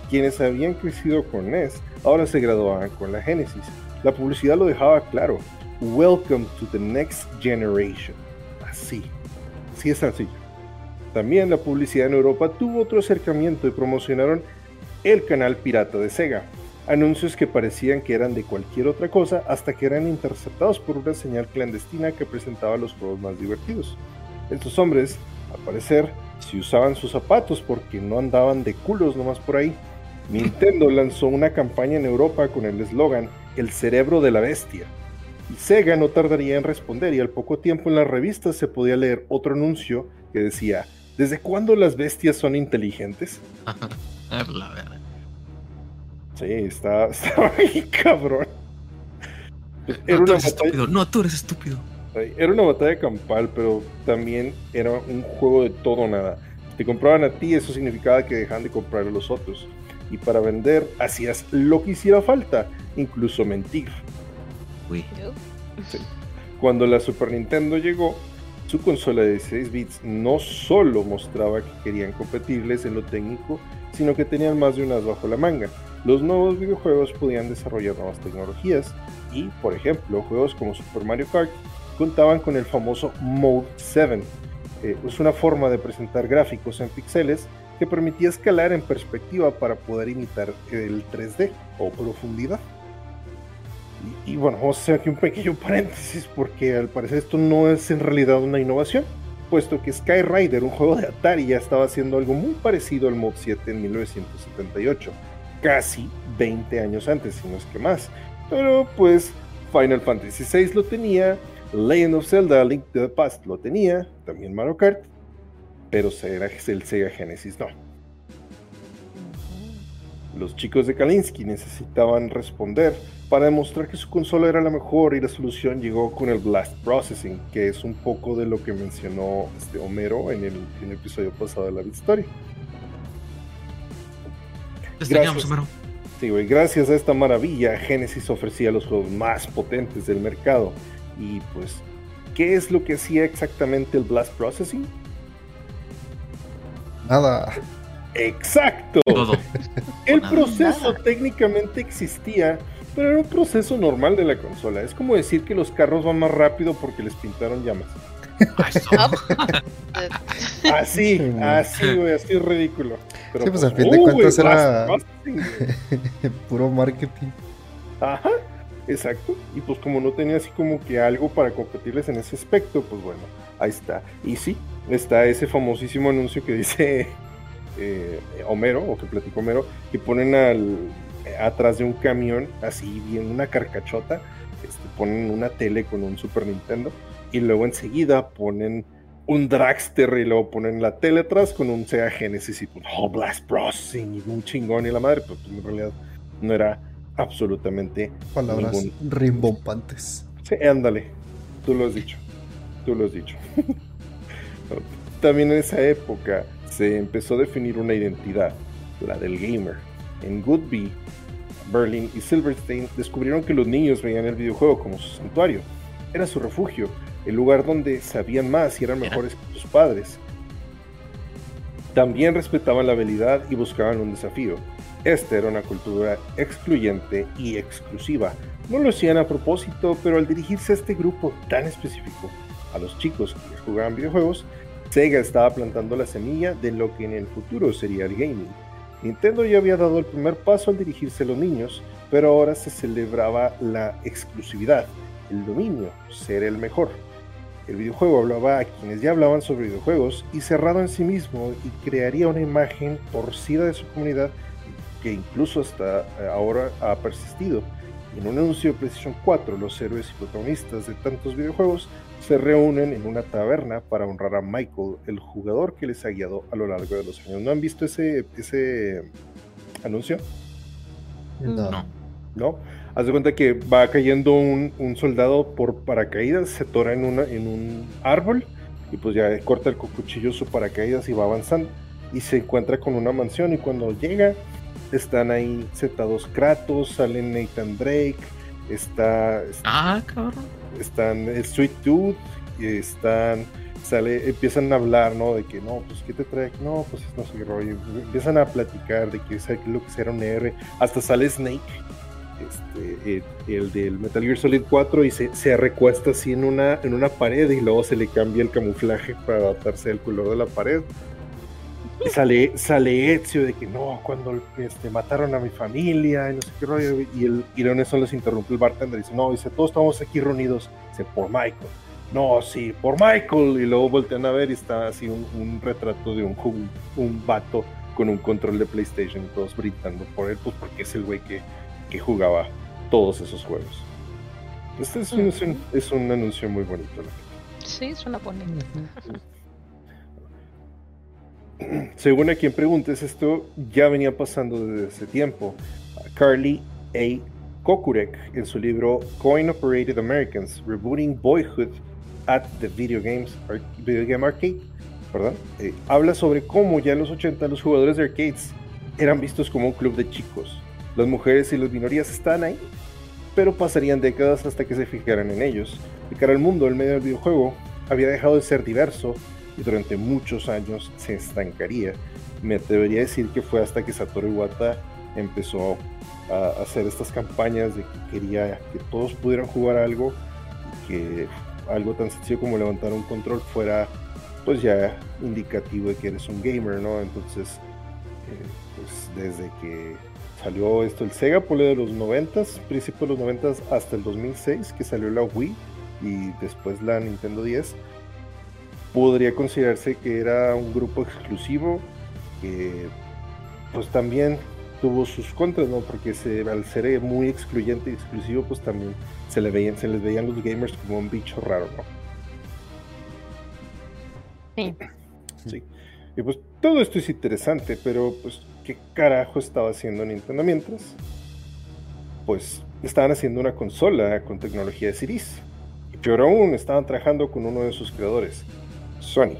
Quienes habían crecido con N E S ahora se graduaban con la Genesis. La publicidad lo dejaba claro: Welcome to the next generation. Así, así es sencillo. También la publicidad en Europa tuvo otro acercamiento y promocionaron el canal pirata de Sega. Anuncios que parecían que eran de cualquier otra cosa hasta que eran interceptados por una señal clandestina que presentaba los juegos más divertidos. Estos hombres, al parecer, sí usaban sus zapatos porque no andaban de culos nomás por ahí. Nintendo lanzó una campaña en Europa con el eslogan "El cerebro de la bestia", y Sega no tardaría en responder, y al poco tiempo en las revistas se podía leer otro anuncio que decía: ¿desde cuándo las bestias son inteligentes? La verdad. Sí, está, está bien cabrón. Era No, tú una eres batalla, estúpido. No, tú eres estúpido. era una batalla campal, pero también era un juego de todo o nada. Si te compraban a ti, eso significaba que dejaban de comprar a los otros. Y para vender, hacías lo que hiciera falta, incluso mentir. Uy. Sí. Cuando la Super Nintendo llegó, su consola de dieciséis bits no solo mostraba que querían competirles en lo técnico, sino que tenían más de un as bajo la manga. Los nuevos videojuegos podían desarrollar nuevas tecnologías y, por ejemplo, juegos como Super Mario Kart contaban con el famoso Mode siete. Eh, es una forma de presentar gráficos en píxeles que permitía escalar en perspectiva para poder imitar el tres D o profundidad. Y, y bueno, vamos a hacer aquí un pequeño paréntesis porque al parecer esto no es en realidad una innovación, puesto que Sky Rider, un juego de Atari, ya estaba haciendo algo muy parecido al Mode siete en mil novecientos setenta y ocho, casi veinte años antes, si no es que más. Pero pues Final Fantasy seis lo tenía, Legend of Zelda: Link to the Past lo tenía, también Mario Kart, pero el Sega Genesis no. Los chicos de Kalinsky necesitaban responder para demostrar que su consola era la mejor, y la solución llegó con el Blast Processing, que es un poco de lo que mencionó este Homero en el, en el episodio pasado de la Victoria. Gracias. Homero. Sí, güey, gracias a esta maravilla, Genesis ofrecía los juegos más potentes del mercado. Y pues, ¿qué es lo que hacía exactamente el Blast Processing? Nada. ¡Exacto! Todo. El Nada. proceso técnicamente existía, pero era un proceso normal de la consola. Es como decir que los carros van más rápido porque les pintaron llamas. Así, así, güey, así es ridículo. Pero sí, pues pues, al fin de uh, cuentas güey, era Blast Processing, güey. puro marketing. Ajá, exacto. Y pues como no tenía así como que algo para competirles en ese aspecto, pues bueno, ahí está. Y sí, está ese famosísimo anuncio que dice eh, Homero, o que platicó Homero, que ponen al atrás de un camión, así bien una carcachota, este, ponen una tele con un Super Nintendo, y luego enseguida ponen un Dragster, y luego ponen la tele atrás con un Sega Genesis, y pues, oh, Blast Processing, y un chingón y la madre, pero pues, en realidad no era absolutamente palabras ningún... rimbombantes. Sí, ándale, tú lo has dicho, tú lo has dicho. También en esa época se empezó a definir una identidad, la del gamer. En Goodby, Berlin y Silverstein descubrieron que los niños veían el videojuego como su santuario. Era su refugio, el lugar donde sabían más y eran mejores que sus padres. También respetaban la habilidad y buscaban un desafío. Esta era una cultura excluyente y exclusiva. No lo hacían a propósito, pero al dirigirse a este grupo tan específico, a los chicos que ya jugaban videojuegos, Sega estaba plantando la semilla de lo que en el futuro sería el gaming. Nintendo ya había dado el primer paso al dirigirse a los niños, pero ahora se celebraba la exclusividad, el dominio, ser el mejor. El videojuego hablaba a quienes ya hablaban sobre videojuegos y cerrado en sí mismo, y crearía una imagen torcida de su comunidad que incluso hasta ahora ha persistido. En un anuncio de PlayStation cuatro, los héroes y protagonistas de tantos videojuegos se reúnen en una taberna para honrar a Michael, el jugador que les ha guiado a lo largo de los años. ¿No han visto ese, ese anuncio? No. No. ¿No? Haz de cuenta que va cayendo un, un soldado por paracaídas, se tora en, una, en un árbol, y pues ya corta el cuchillo su paracaídas y va avanzando, y se encuentra con una mansión, y cuando llega están ahí sentados Kratos, salen Nathan Drake, está, está Ah, cabrón. están el Sweet Tooth, están sale, empiezan a hablar, ¿no? De que no, pues qué te trae, no, pues no sé qué rollo, empiezan a platicar de que sabe lo que será un R, hasta sale Snake, este, el, el del Metal Gear Solid cuatro y se, se recuesta así en una, en una pared y luego se le cambia el camuflaje para adaptarse al color de la pared. Y sale, sale Ezio de que no, cuando este, mataron a mi familia y no sé qué rollo, y, el, y en eso les interrumpe el bartender y dice, no, dice, todos estamos aquí reunidos, dice, por Michael. No, sí, por Michael. Y luego voltean a ver y está así un, un retrato de un, un, un vato con un control de PlayStation y todos gritando por él, pues porque es el güey que, que jugaba todos esos juegos. Este es, uh-huh. un, es, un, es un anuncio muy bonito, la verdad. Sí, suena bonito. Según a quien preguntes, esto ya venía pasando desde hace tiempo. Carly A. Kokurek, en su libro Coin Operated Americans, Rebooting Boyhood at the Video, Games, Video Game Arcade, ¿verdad? Eh, habla sobre cómo ya en los ochenta los jugadores de arcades eran vistos como un club de chicos. Las mujeres y las minorías están ahí, pero pasarían décadas hasta que se fijaran en ellos. De cara al mundo, el medio del videojuego había dejado de ser diverso y durante muchos años se estancaría. Me atrevería a decir que fue hasta que Satoru Iwata empezó a hacer estas campañas de que quería que todos pudieran jugar algo y que algo tan sencillo como levantar un control fuera pues ya indicativo de que eres un gamer, ¿no? Entonces eh, pues desde que salió esto el Sega por de los noventas, principios de los noventas hasta el dos mil seis que salió la Wii y después la Nintendo diez, podría considerarse que era un grupo exclusivo que pues también tuvo sus contras, ¿no? Porque se, al ser muy excluyente y exclusivo, pues también se, le veían, se les veían los gamers como un bicho raro, ¿no? Sí. Sí. Y pues todo esto es interesante, pero pues ¿qué carajo estaba haciendo Nintendo mientras? Pues estaban haciendo una consola con tecnología de Series. Y peor aún, estaban trabajando con uno de sus creadores, Sony.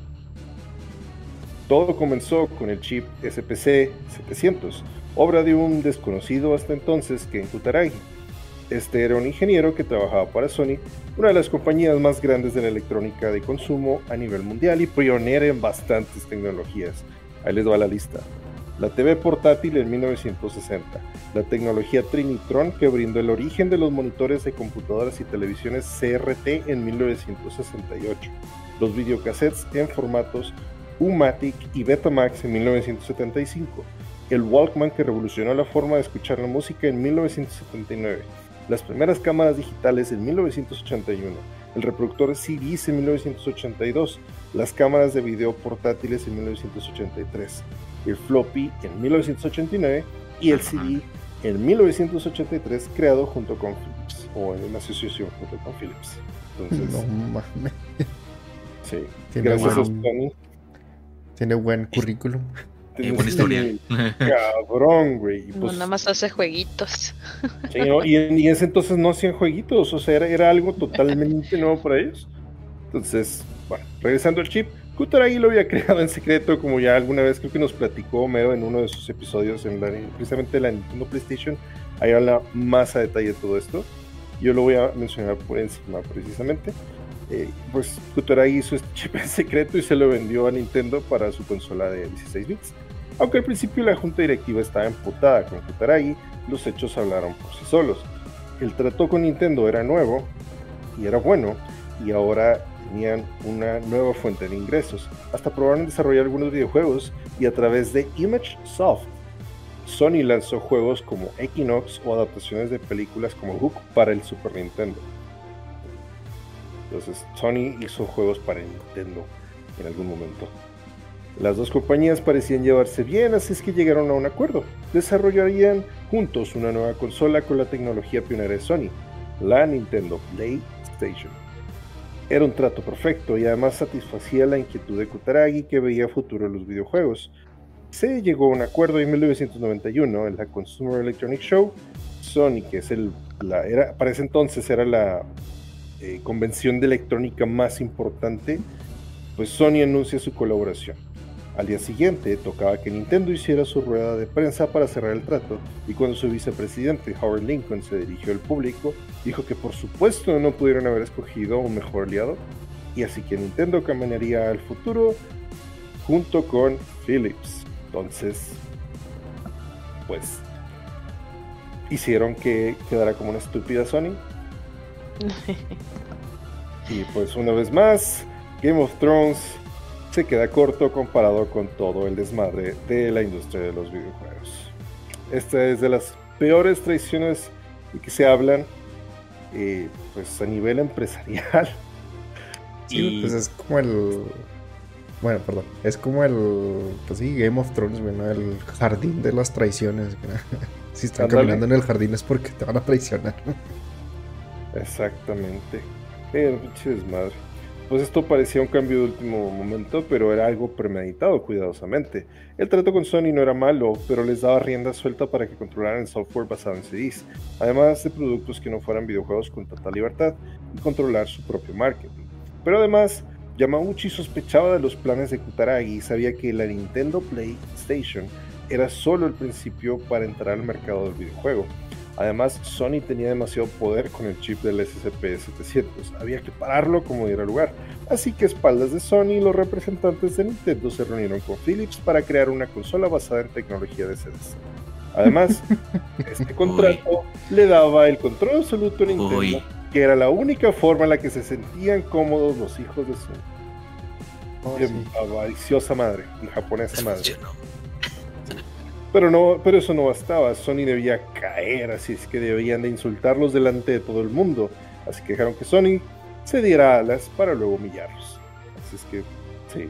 Todo comenzó con el chip S P C setecientos, obra de un desconocido hasta entonces Ken Kutaragi. Este era un ingeniero que trabajaba para Sony, una de las compañías más grandes de la electrónica de consumo a nivel mundial y pionera en bastantes tecnologías. Ahí les va la lista. La T V portátil en mil novecientos sesenta, la tecnología Trinitron que brindó el origen de los monitores de computadoras y televisiones C R T en mil novecientos sesenta y ocho, los videocassettes en formatos U-Matic y Betamax en mil novecientos setenta y cinco, el Walkman que revolucionó la forma de escuchar la música en mil novecientos setenta y nueve, las primeras cámaras digitales en mil novecientos ochenta y uno, el reproductor C Ds en mil novecientos ochenta y dos, las cámaras de video portátiles en mil novecientos ochenta y tres, el floppy en mil novecientos ochenta y nueve y el C D en mil novecientos ochenta y tres creado junto con Philips o en asociación junto con Philips. Entonces, no mames. Sí, Tiene gracias buen, a Sony. Tiene buen currículum. Eh, buena historia. Cabrón, güey. Pues, no, nada más hace jueguitos. Sí, ¿no? y, en, y en ese entonces no hacían jueguitos, o sea, era, era algo totalmente nuevo para ellos. Entonces, bueno, regresando al chip, Kutaragi lo había creado en secreto, como ya alguna vez creo que nos platicó Homero en uno de sus episodios, en la, precisamente la Nintendo PlayStation. Ahí habla más a detalle todo esto. Yo lo voy a mencionar por encima, precisamente. Eh, pues Kutaragi hizo este chip en secreto y se lo vendió a Nintendo para su consola de dieciséis bits. Aunque al principio la junta directiva estaba emputada con Kutaragi, los hechos hablaron por sí solos. El trato con Nintendo era nuevo y era bueno, y ahora tenían una nueva fuente de ingresos. Hasta probaron desarrollar algunos videojuegos y a través de Image Soft, Sony lanzó juegos como Equinox o adaptaciones de películas como Hook para el Super Nintendo. Entonces Sony hizo juegos para Nintendo en algún momento. Las dos compañías parecían llevarse bien, así es que llegaron a un acuerdo. Desarrollarían juntos una nueva consola con la tecnología pionera de Sony, la Nintendo PlayStation. Era un trato perfecto y además satisfacía la inquietud de Kutaragi, que veía futuro en los videojuegos. Se llegó a un acuerdo en mil novecientos noventa y uno en la Consumer Electronics Show. Sony, que es el, la, era, para ese entonces era la eh, convención de electrónica más importante, pues Sony anuncia su colaboración. Al día siguiente tocaba que Nintendo hiciera su rueda de prensa para cerrar el trato, y cuando su vicepresidente Howard Lincoln se dirigió al público, dijo que por supuesto no pudieron haber escogido un mejor aliado. y así que Nintendo caminaría al futuro junto con Philips. Entonces, pues, hicieron que quedara como una estúpida Sony. Y pues una vez más, Game of Thrones se queda corto comparado con todo el desmadre de la industria de los videojuegos. Esta es de las peores traiciones de que se hablan, eh, pues a nivel empresarial. Sí, y... pues es como el... Bueno, perdón. Es como el... Pues sí, Game of Thrones, bueno, el jardín de las traiciones. Si están Andale. caminando en el jardín es porque te van a traicionar. Exactamente. Pero pinche desmadre. Pues esto parecía un cambio de último momento, pero era algo premeditado cuidadosamente. El trato con Sony no era malo, pero les daba rienda suelta para que controlaran el software basado en C Ds, además de productos que no fueran videojuegos con total libertad, y controlar su propio marketing. Pero además, Yamauchi sospechaba de los planes de Kutaragi y sabía que la Nintendo PlayStation era solo el principio para entrar al mercado del videojuego. Además, Sony tenía demasiado poder con el chip del S C P setecientos, había que pararlo como diera lugar. Así que a espaldas de Sony, los representantes de Nintendo se reunieron con Philips para crear una consola basada en tecnología de C Ds. Además, este contrato Uy. le daba el control absoluto a Nintendo, Uy. que era la única forma en la que se sentían cómodos los hijos de Sony. Oh, sí. Avariciosa madre, y japonesa madre. Pero, no, pero eso no bastaba, Sony debía caer, así es que debían de insultarlos delante de todo el mundo, así que dejaron que Sony se diera alas para luego humillarlos. Así es que, sí.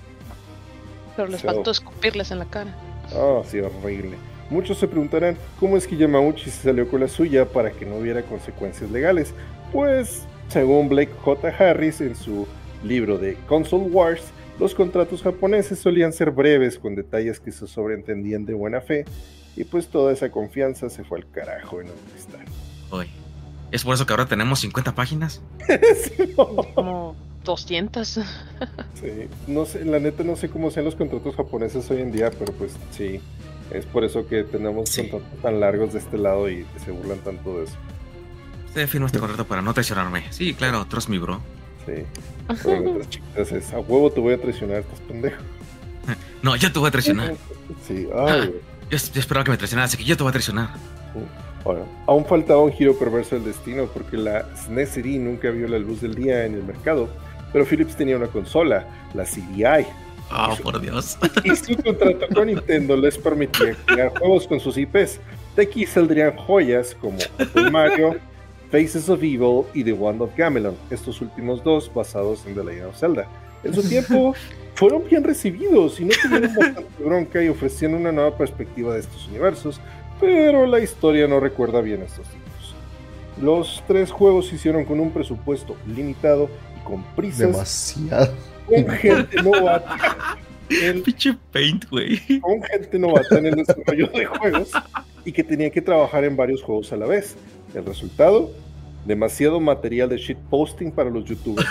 Pero les so, faltó escupirles en la cara. Ah, sí, horrible. Muchos se preguntarán cómo es que Yamauchi se salió con la suya para que no hubiera consecuencias legales. Pues, según Blake J. Harris en su libro de Console Wars, los contratos japoneses solían ser breves con detalles que se sobreentendían de buena fe, y pues toda esa confianza se fue al carajo en un cristal. Uy, ¿es por eso que ahora tenemos cincuenta páginas? Sí, no. Como doscientas. Sí, no sé, la neta no sé cómo sean los contratos japoneses hoy en día, pero pues sí, es por eso que tenemos sí. contratos tan largos de este lado y se burlan tanto de eso. Usted firmó este contrato para no traicionarme. Sí, claro, trust me, bro. Sí, pero las chiquitas es, a huevo te voy a traicionar, estás pendejo. No, yo te voy a traicionar. Sí, ay, ah, yo, yo esperaba que me traicionaras, así que yo te voy a traicionar. Bueno, aún faltaba un giro perverso del destino, porque la S N E S C D nunca vio la luz del día en el mercado, pero Philips tenía una consola, la C D I. Oh, por Dios. Y su contrato con Nintendo les permitía crear juegos con sus I Pes. De aquí saldrían joyas como Super Mario, Faces of Evil y The Wand of Gamelon, estos últimos dos basados en The Legend of Zelda. En su tiempo fueron bien recibidos y no tuvieron bastante bronca y ofrecían una nueva perspectiva de estos universos, pero la historia no recuerda bien estos títulos. Los tres juegos se hicieron con un presupuesto limitado y con prisas. Demasiado. Con gente novata. El pinche Paint, güey. Con gente novata en el desarrollo de juegos y que tenía que trabajar en varios juegos a la vez. El resultado, demasiado material de shitposting para los youtubers.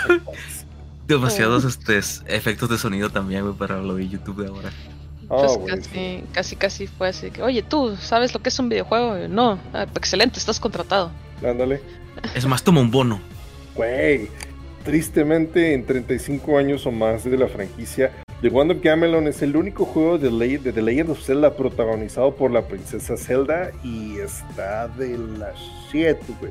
Demasiados este, efectos de sonido también, güey, para lo de YouTube de ahora. Pues oh, casi, casi, casi fue así que, oye, ¿tú sabes lo que es un videojuego? No, ah, excelente, estás contratado. Ándale. Es más, toma un bono. Güey, tristemente en treinta y cinco años o más de la franquicia, The Wand of Gamelon es el único juego de, Ley- de The Legend of Zelda protagonizado por la princesa Zelda y está de la shit, güey.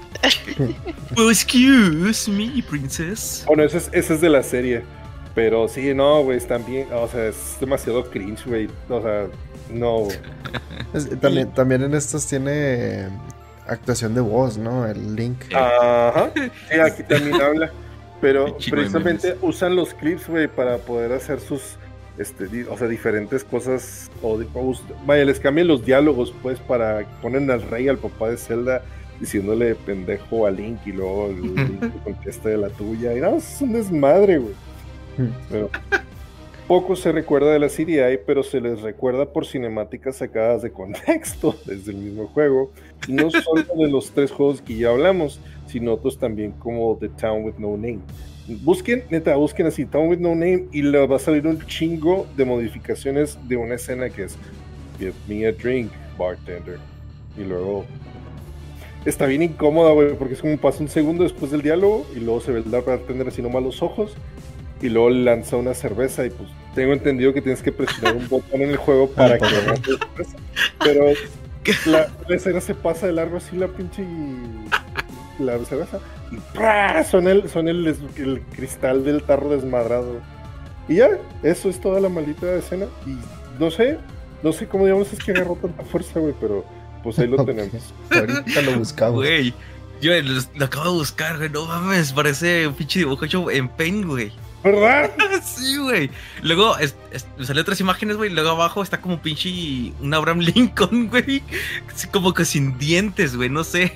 Well, excuse me, princess. Bueno, ese es, ese es de la serie. Pero sí, no, güey, están bien. O sea, es demasiado cringe, güey. O sea, no. Es, también, también en estos tiene actuación de voz, ¿no? El Link. Ajá. Sí, aquí también habla. Pero precisamente usan los clips, güey, para poder hacer sus. Este, di- o sea, diferentes cosas. O, o, vaya, les cambian los diálogos, pues, para. Ponen al rey, al papá de Zelda, diciéndole pendejo a Link y luego el Link contesta de la tuya. Y no, es un desmadre, güey. Pero poco se recuerda de la C D I, pero se les recuerda por cinemáticas sacadas de contexto desde el mismo juego, y no solo de los tres juegos que ya hablamos, sino otros también como The Town with No Name. Busquen, neta, busquen así Town with No Name y le va a salir un chingo de modificaciones de una escena que es Give me a drink, bartender, y luego está bien incómoda, güey, porque es como pasa un segundo después del diálogo y luego se ve el bartender así nomás los ojos y luego lanza una cerveza y pues tengo entendido que tienes que presionar un botón en el juego para que haga cerveza. Pero la, la escena se pasa de largo así la pinche la cerveza y ¡prá! Suena el, suena el, el cristal del tarro desmadrado. Y ya, eso es toda la maldita escena. Y no sé, no sé cómo digamos es que agarró tanta fuerza, güey, pero pues ahí lo tenemos. Ahorita lo buscamos. Güey, yo lo, lo acabo de buscar, güey. No mames, parece un pinche dibujo hecho en Paint, güey. ¿Verdad? Sí, güey. Luego es, es, salió otras imágenes, güey. Luego abajo está como pinche un Abraham Lincoln, güey. Como que sin dientes, güey. No sé.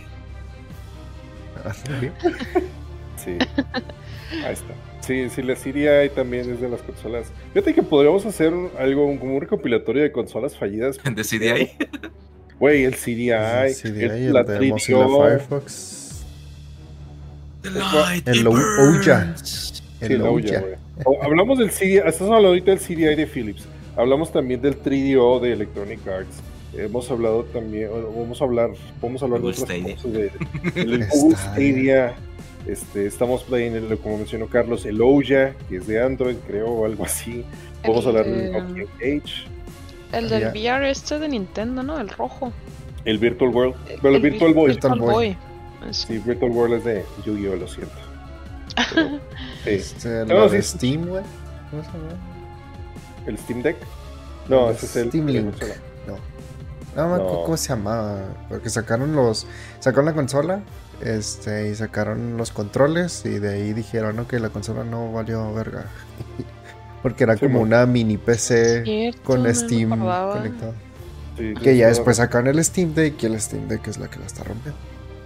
Sí. Ahí está. Sí, sí, la C D I también es de las consolas. Fíjate que podríamos hacer algo como un recopilatorio de consolas fallidas. ¿De C D I? Güey, el C D I, el, C D I, el, el la de Mozilla Firefox. The light el it Ouya. Sí, el Ouya, güey. Hablamos del C D I, estás hablando ahorita del C D I de Philips. Hablamos también del tres D O de Electronic Arts. Hemos hablado también, vamos a hablar, vamos a hablar Google de otras Stadia. cosas de, del Google Stadia. Este, estamos en el, como mencionó Carlos, el Ouya, que es de Android, creo, o algo así. Vamos El a hablar del de- Nokia Edge, El del Ya. V R este de Nintendo, ¿no? El rojo. el Virtual World, pero el Virtual Vir- Boy. Virtual Boy. Eso. Sí, Virtual World es de Yu-Gi-Oh, lo siento. Pero, sí. Este, No, lo sí, de sí. Steam, güey. ¿Cómo se llama? ¿El Steam Deck? No, El ese es el Steam el Link. consola. No. No me acuerdo No. cómo se llamaba. Porque sacaron los. Sacaron la consola. Este. Y sacaron los controles. Y de ahí dijeron, no, que la consola no valió verga. Porque era Sí, como mo- una mini P C Cierto, con no me Steam acordaba. conectado. Sí, Que sí, ya sí, después sacaron el Steam Deck. Y el Steam Deck es la que la está rompiendo.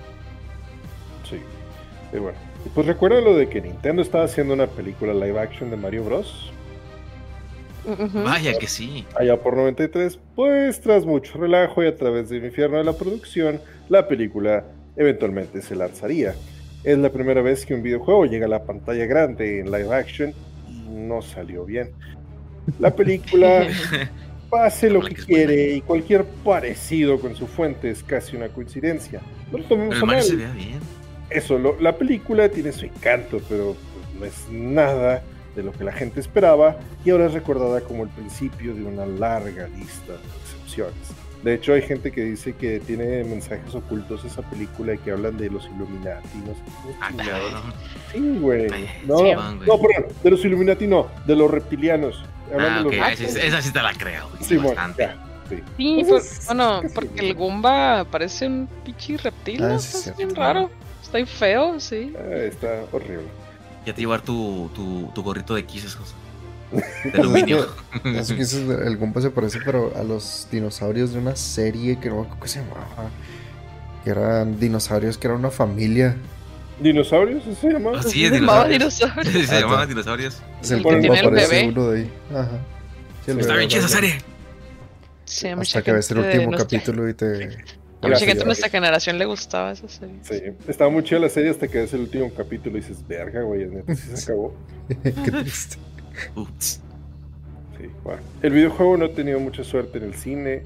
Sí. Y bueno, y pues recuerda lo de que Nintendo estaba haciendo una película live action de Mario Bros. Ujú. Vaya que sí. Allá por noventa y tres, pues tras mucho relajo y a través del infierno de la producción, la película eventualmente se lanzaría. Es la primera vez que un videojuego llega a la pantalla grande en live action y no salió bien. La película pase lo que quiere y cualquier parecido con su fuente es casi una coincidencia. No lo tomemos Pero a el Mario mal. se vea bien. Eso, lo- la película tiene su encanto, pero pues, no es nada de lo que la gente esperaba y ahora es recordada como el principio de una larga lista de excepciones. De hecho, hay gente que dice que tiene mensajes ocultos esa película y que hablan de los Illuminati, no sé qué Ah, chingados. cabrón. Sí, güey. Ay, No, sí, no, van, güey. no, perdón, de los Illuminati no, de los reptilianos. Hablan Ah, de ok. los Esa, esa- esa sí te la creo, güey. Sí, bueno, bastante. ya, sí. Sí, Entonces, por- bueno, casi porque lo el Goomba parece un pinche reptil, Ah, ¿no? sí, Es cierto. bien raro. Está bien feo, sí. Ah, está horrible. Ya te llevar tu, tu, tu gorrito de Kisses, José. De aluminio. Eso que dices, el Goomba se parece, pero a los dinosaurios de una serie que no me acuerdo qué se llamaba. Que eran dinosaurios, que era una familia. ¿Dinosaurios? ¿Eso se llama? Así es, Se llamaba dinosaurios. dinosaurio. Se Ah, llamaban está. dinosaurios. Es el El que que tiene el aparece bebé. uno de ahí. Ajá. Sí, el Está bebé, bien chida esa ¿verdad? serie. Sí, a mucha Hasta que ves el gente de último nuestra- capítulo y te. A Gracias, mucha gente de gracias. nuestra generación le gustaba esa serie. Sí, estaba muy chida la serie hasta que ves el último capítulo y dices, verga, güey, neta, sí se acabó. Qué triste. Ups. Sí, bueno. El videojuego no ha tenido mucha suerte en el cine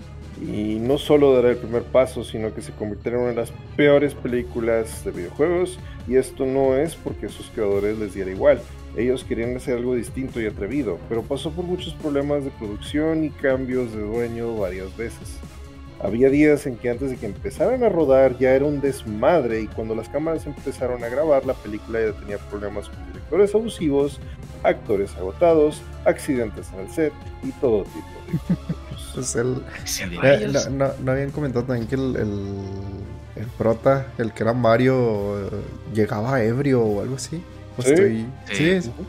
y no solo dará el primer paso, sino que se convertirá en una de las peores películas de videojuegos y esto no es porque a sus creadores les diera igual. Ellos querían hacer algo distinto y atrevido, pero pasó por muchos problemas de producción y cambios de dueño varias veces. Había días en que antes de que empezaran a rodar ya era un desmadre y cuando las cámaras empezaron a grabar la película ya tenía problemas con directores abusivos, actores agotados, accidentes en el set y todo tipo de problemas. Pues el, Sí, de- eh, Rayos. no, no, no habían comentado también que el, el, el prota, el que era Mario, eh, llegaba ebrio o algo así. ¿O ¿Sí? estoy- Sí. sí, sí.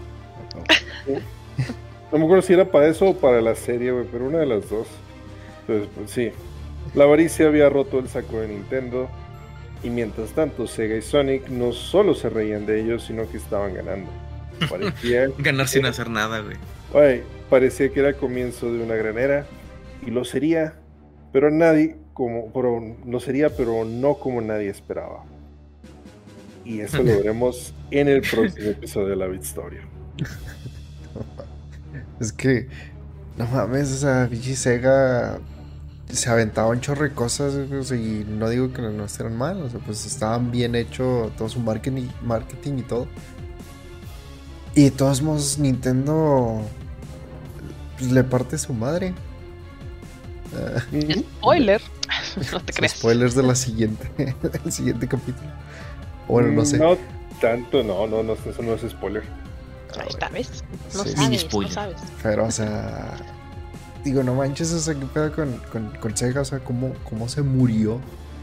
No me acuerdo si era para eso o para la serie, güey, pero una de las dos. Entonces, pues sí. La avaricia había roto el saco de Nintendo y mientras tanto Sega y Sonic no solo se reían de ellos, sino que estaban ganando. Parecía, Ganar sin hacer nada, güey. güey, parecía que era el comienzo de una gran era y lo sería, pero nadie como, pero lo sería, pero no como nadie esperaba. Y eso lo veremos en el próximo episodio de la Bitstoria. Es que, no mames, o sea, pinche Sega se aventaba un chorro de cosas, o sea, y no digo que no estén mal, o sea, pues estaban bien hecho todo su marketing, marketing y todo. Y de todos modos, Nintendo pues, le parte su madre. Ujú. Spoiler. No te creas. Spoilers de la siguiente, del siguiente capítulo. Bueno, no sé. No tanto, no, no, no, eso no es spoiler. Ahí está, ¿ves? No Sí, Mini sabes, no spoiler. sabes. Pero, o sea, digo, no manches, o sea, qué pedo con, con, con Sega, o sea, cómo, cómo se murió.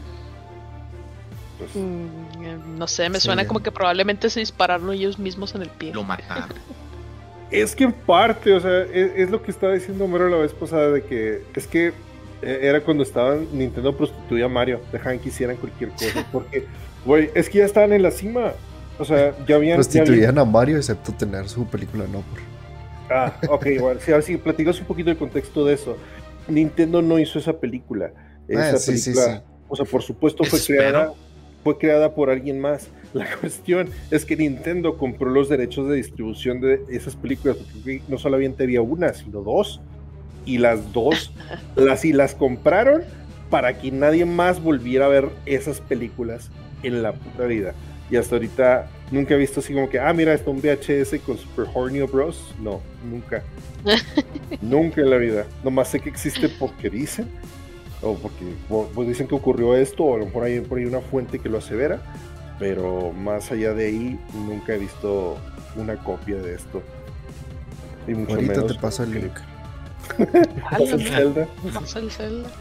Pues, Mm, eh, no sé, me Sí. suena como que probablemente se dispararon ellos mismos en el pie. Lo mataron. es que en parte, o sea, es, es lo que estaba diciendo Homero la vez pasada, de que es que eh, era cuando estaban, Nintendo prostituía a Mario, dejaban que hicieran cualquier cosa, porque, güey, es que ya estaban en la cima, o sea, ya habían... ya habían- Prostituían a Mario, excepto tener su película no por. Ah, ok, bueno, sí, a ver si platicas un poquito el contexto de eso. Nintendo no hizo esa película, esa Ah, sí, sí, película, sí. o sea, por supuesto fue Espero. creada, fue creada por alguien más. La cuestión es que Nintendo compró los derechos de distribución de esas películas, porque no solamente había una, sino dos, y las dos las y las compraron para que nadie más volviera a ver esas películas en la puta vida. Y hasta ahorita nunca he visto así como que, ah, mira, está un V H S con Super Hornio Bros. No, nunca. Nunca en la vida. Nomás sé que existe porque dicen, o porque pues dicen que ocurrió esto, o a lo mejor hay por ahí una fuente que lo asevera, pero más allá de ahí, nunca he visto una copia de esto. Y mucho Ahorita menos te paso el que- link. ¿Pasa el Zelda? Pasa el Zelda.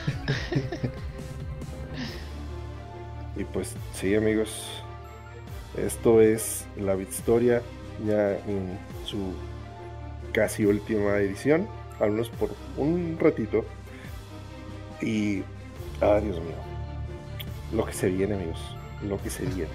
Y pues sí, amigos, esto es la Bitstoria ya en su casi última edición, al menos por un ratito. Y, ah, Dios mío, lo que se viene, amigos, lo que se viene.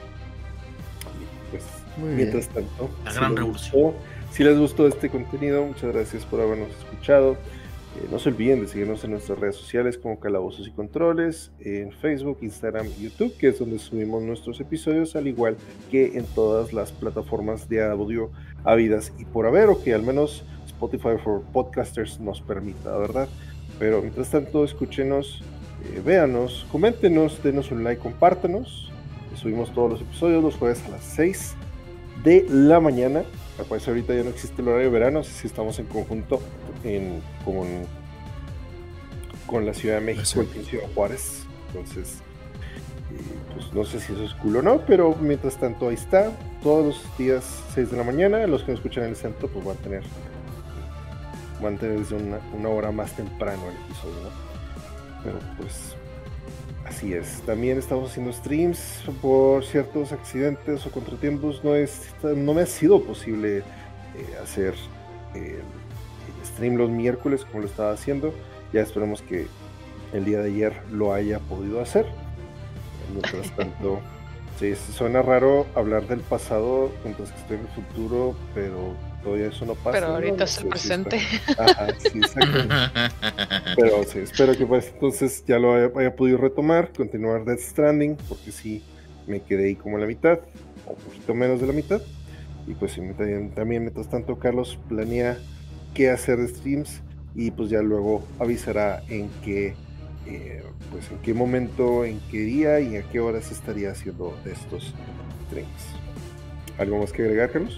Y, pues, Muy mientras bien. tanto, La si gran les revolución. gustó- si les gustó este contenido, muchas gracias por habernos escuchado. Eh, no se olviden de seguirnos en nuestras redes sociales como Calabozos y Controles, en Facebook, Instagram y YouTube, que es donde subimos nuestros episodios, al igual que en todas las plataformas de audio habidas y por haber, o que al menos Spotify for Podcasters nos permita, ¿verdad? Pero mientras tanto, escúchenos, eh, véanos, coméntenos, denos un like, compártanos. Subimos todos los episodios los jueves a las seis de la mañana. Pues ahorita ya no existe el horario de verano, si estamos en conjunto en, con, con la Ciudad de México, aquí en Ciudad Juárez. Entonces, eh, pues no sé si eso es cool o no, pero mientras tanto ahí está, todos los días seis de la mañana. Los que nos escuchan en el centro pues van a tener van a tener desde una, una hora más temprano el episodio, ¿no? Pero pues así es. También estamos haciendo streams por ciertos accidentes o contratiempos. No, es, no me ha sido posible eh, hacer eh, el stream los miércoles como lo estaba haciendo. Ya esperemos que el día de ayer lo haya podido hacer. Mientras tanto, sí, suena raro hablar del pasado mientras que estoy en el futuro, pero todavía eso no pasa. Pero ahorita ¿no? es el No sé si presente. está- Ajá, sí, exacto. Pero sí, espero que pues entonces ya lo haya, haya podido retomar, continuar Death Stranding, porque sí me quedé ahí como a la mitad, o un poquito menos de la mitad. Y pues sí, también, también mientras tanto Carlos planea qué hacer de streams y pues ya luego avisará en qué, eh, pues en qué momento, en qué día y a qué horas estaría haciendo de estos streams. ¿Algo más que agregar, Carlos?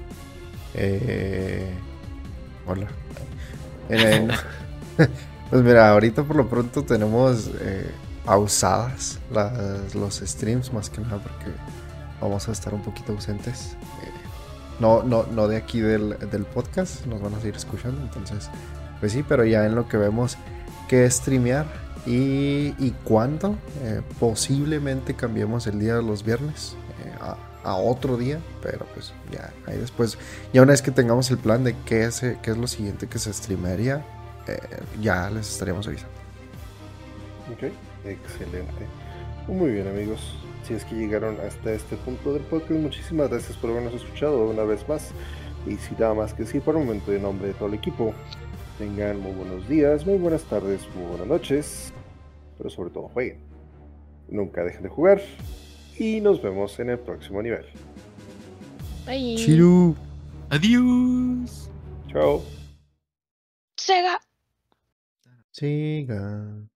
Eh, hola. Eh, pues mira, ahorita por lo pronto tenemos eh, pausadas las, los streams, más que nada porque vamos a estar un poquito ausentes. Eh, no, no, no de aquí del, del podcast, nos van a seguir escuchando, entonces, pues sí, pero ya en lo que vemos qué streamear y, y cuándo, eh, posiblemente cambiemos el día de los viernes eh, a, a otro día, pero pues ya ahí después, ya una vez que tengamos el plan de qué es, qué es lo siguiente que se streamearía, eh, ya les estaríamos avisando. Ok, excelente. Muy bien, amigos. Si es que llegaron hasta este punto del podcast, muchísimas gracias por habernos escuchado una vez más. Y sin nada más que decir, por un momento, en nombre de todo el equipo, tengan muy buenos días, muy buenas tardes, muy buenas noches, pero sobre todo jueguen. Nunca dejen de jugar y nos vemos en el próximo nivel. Bye. Chiru. Adiós. Chao. Sega. Siga.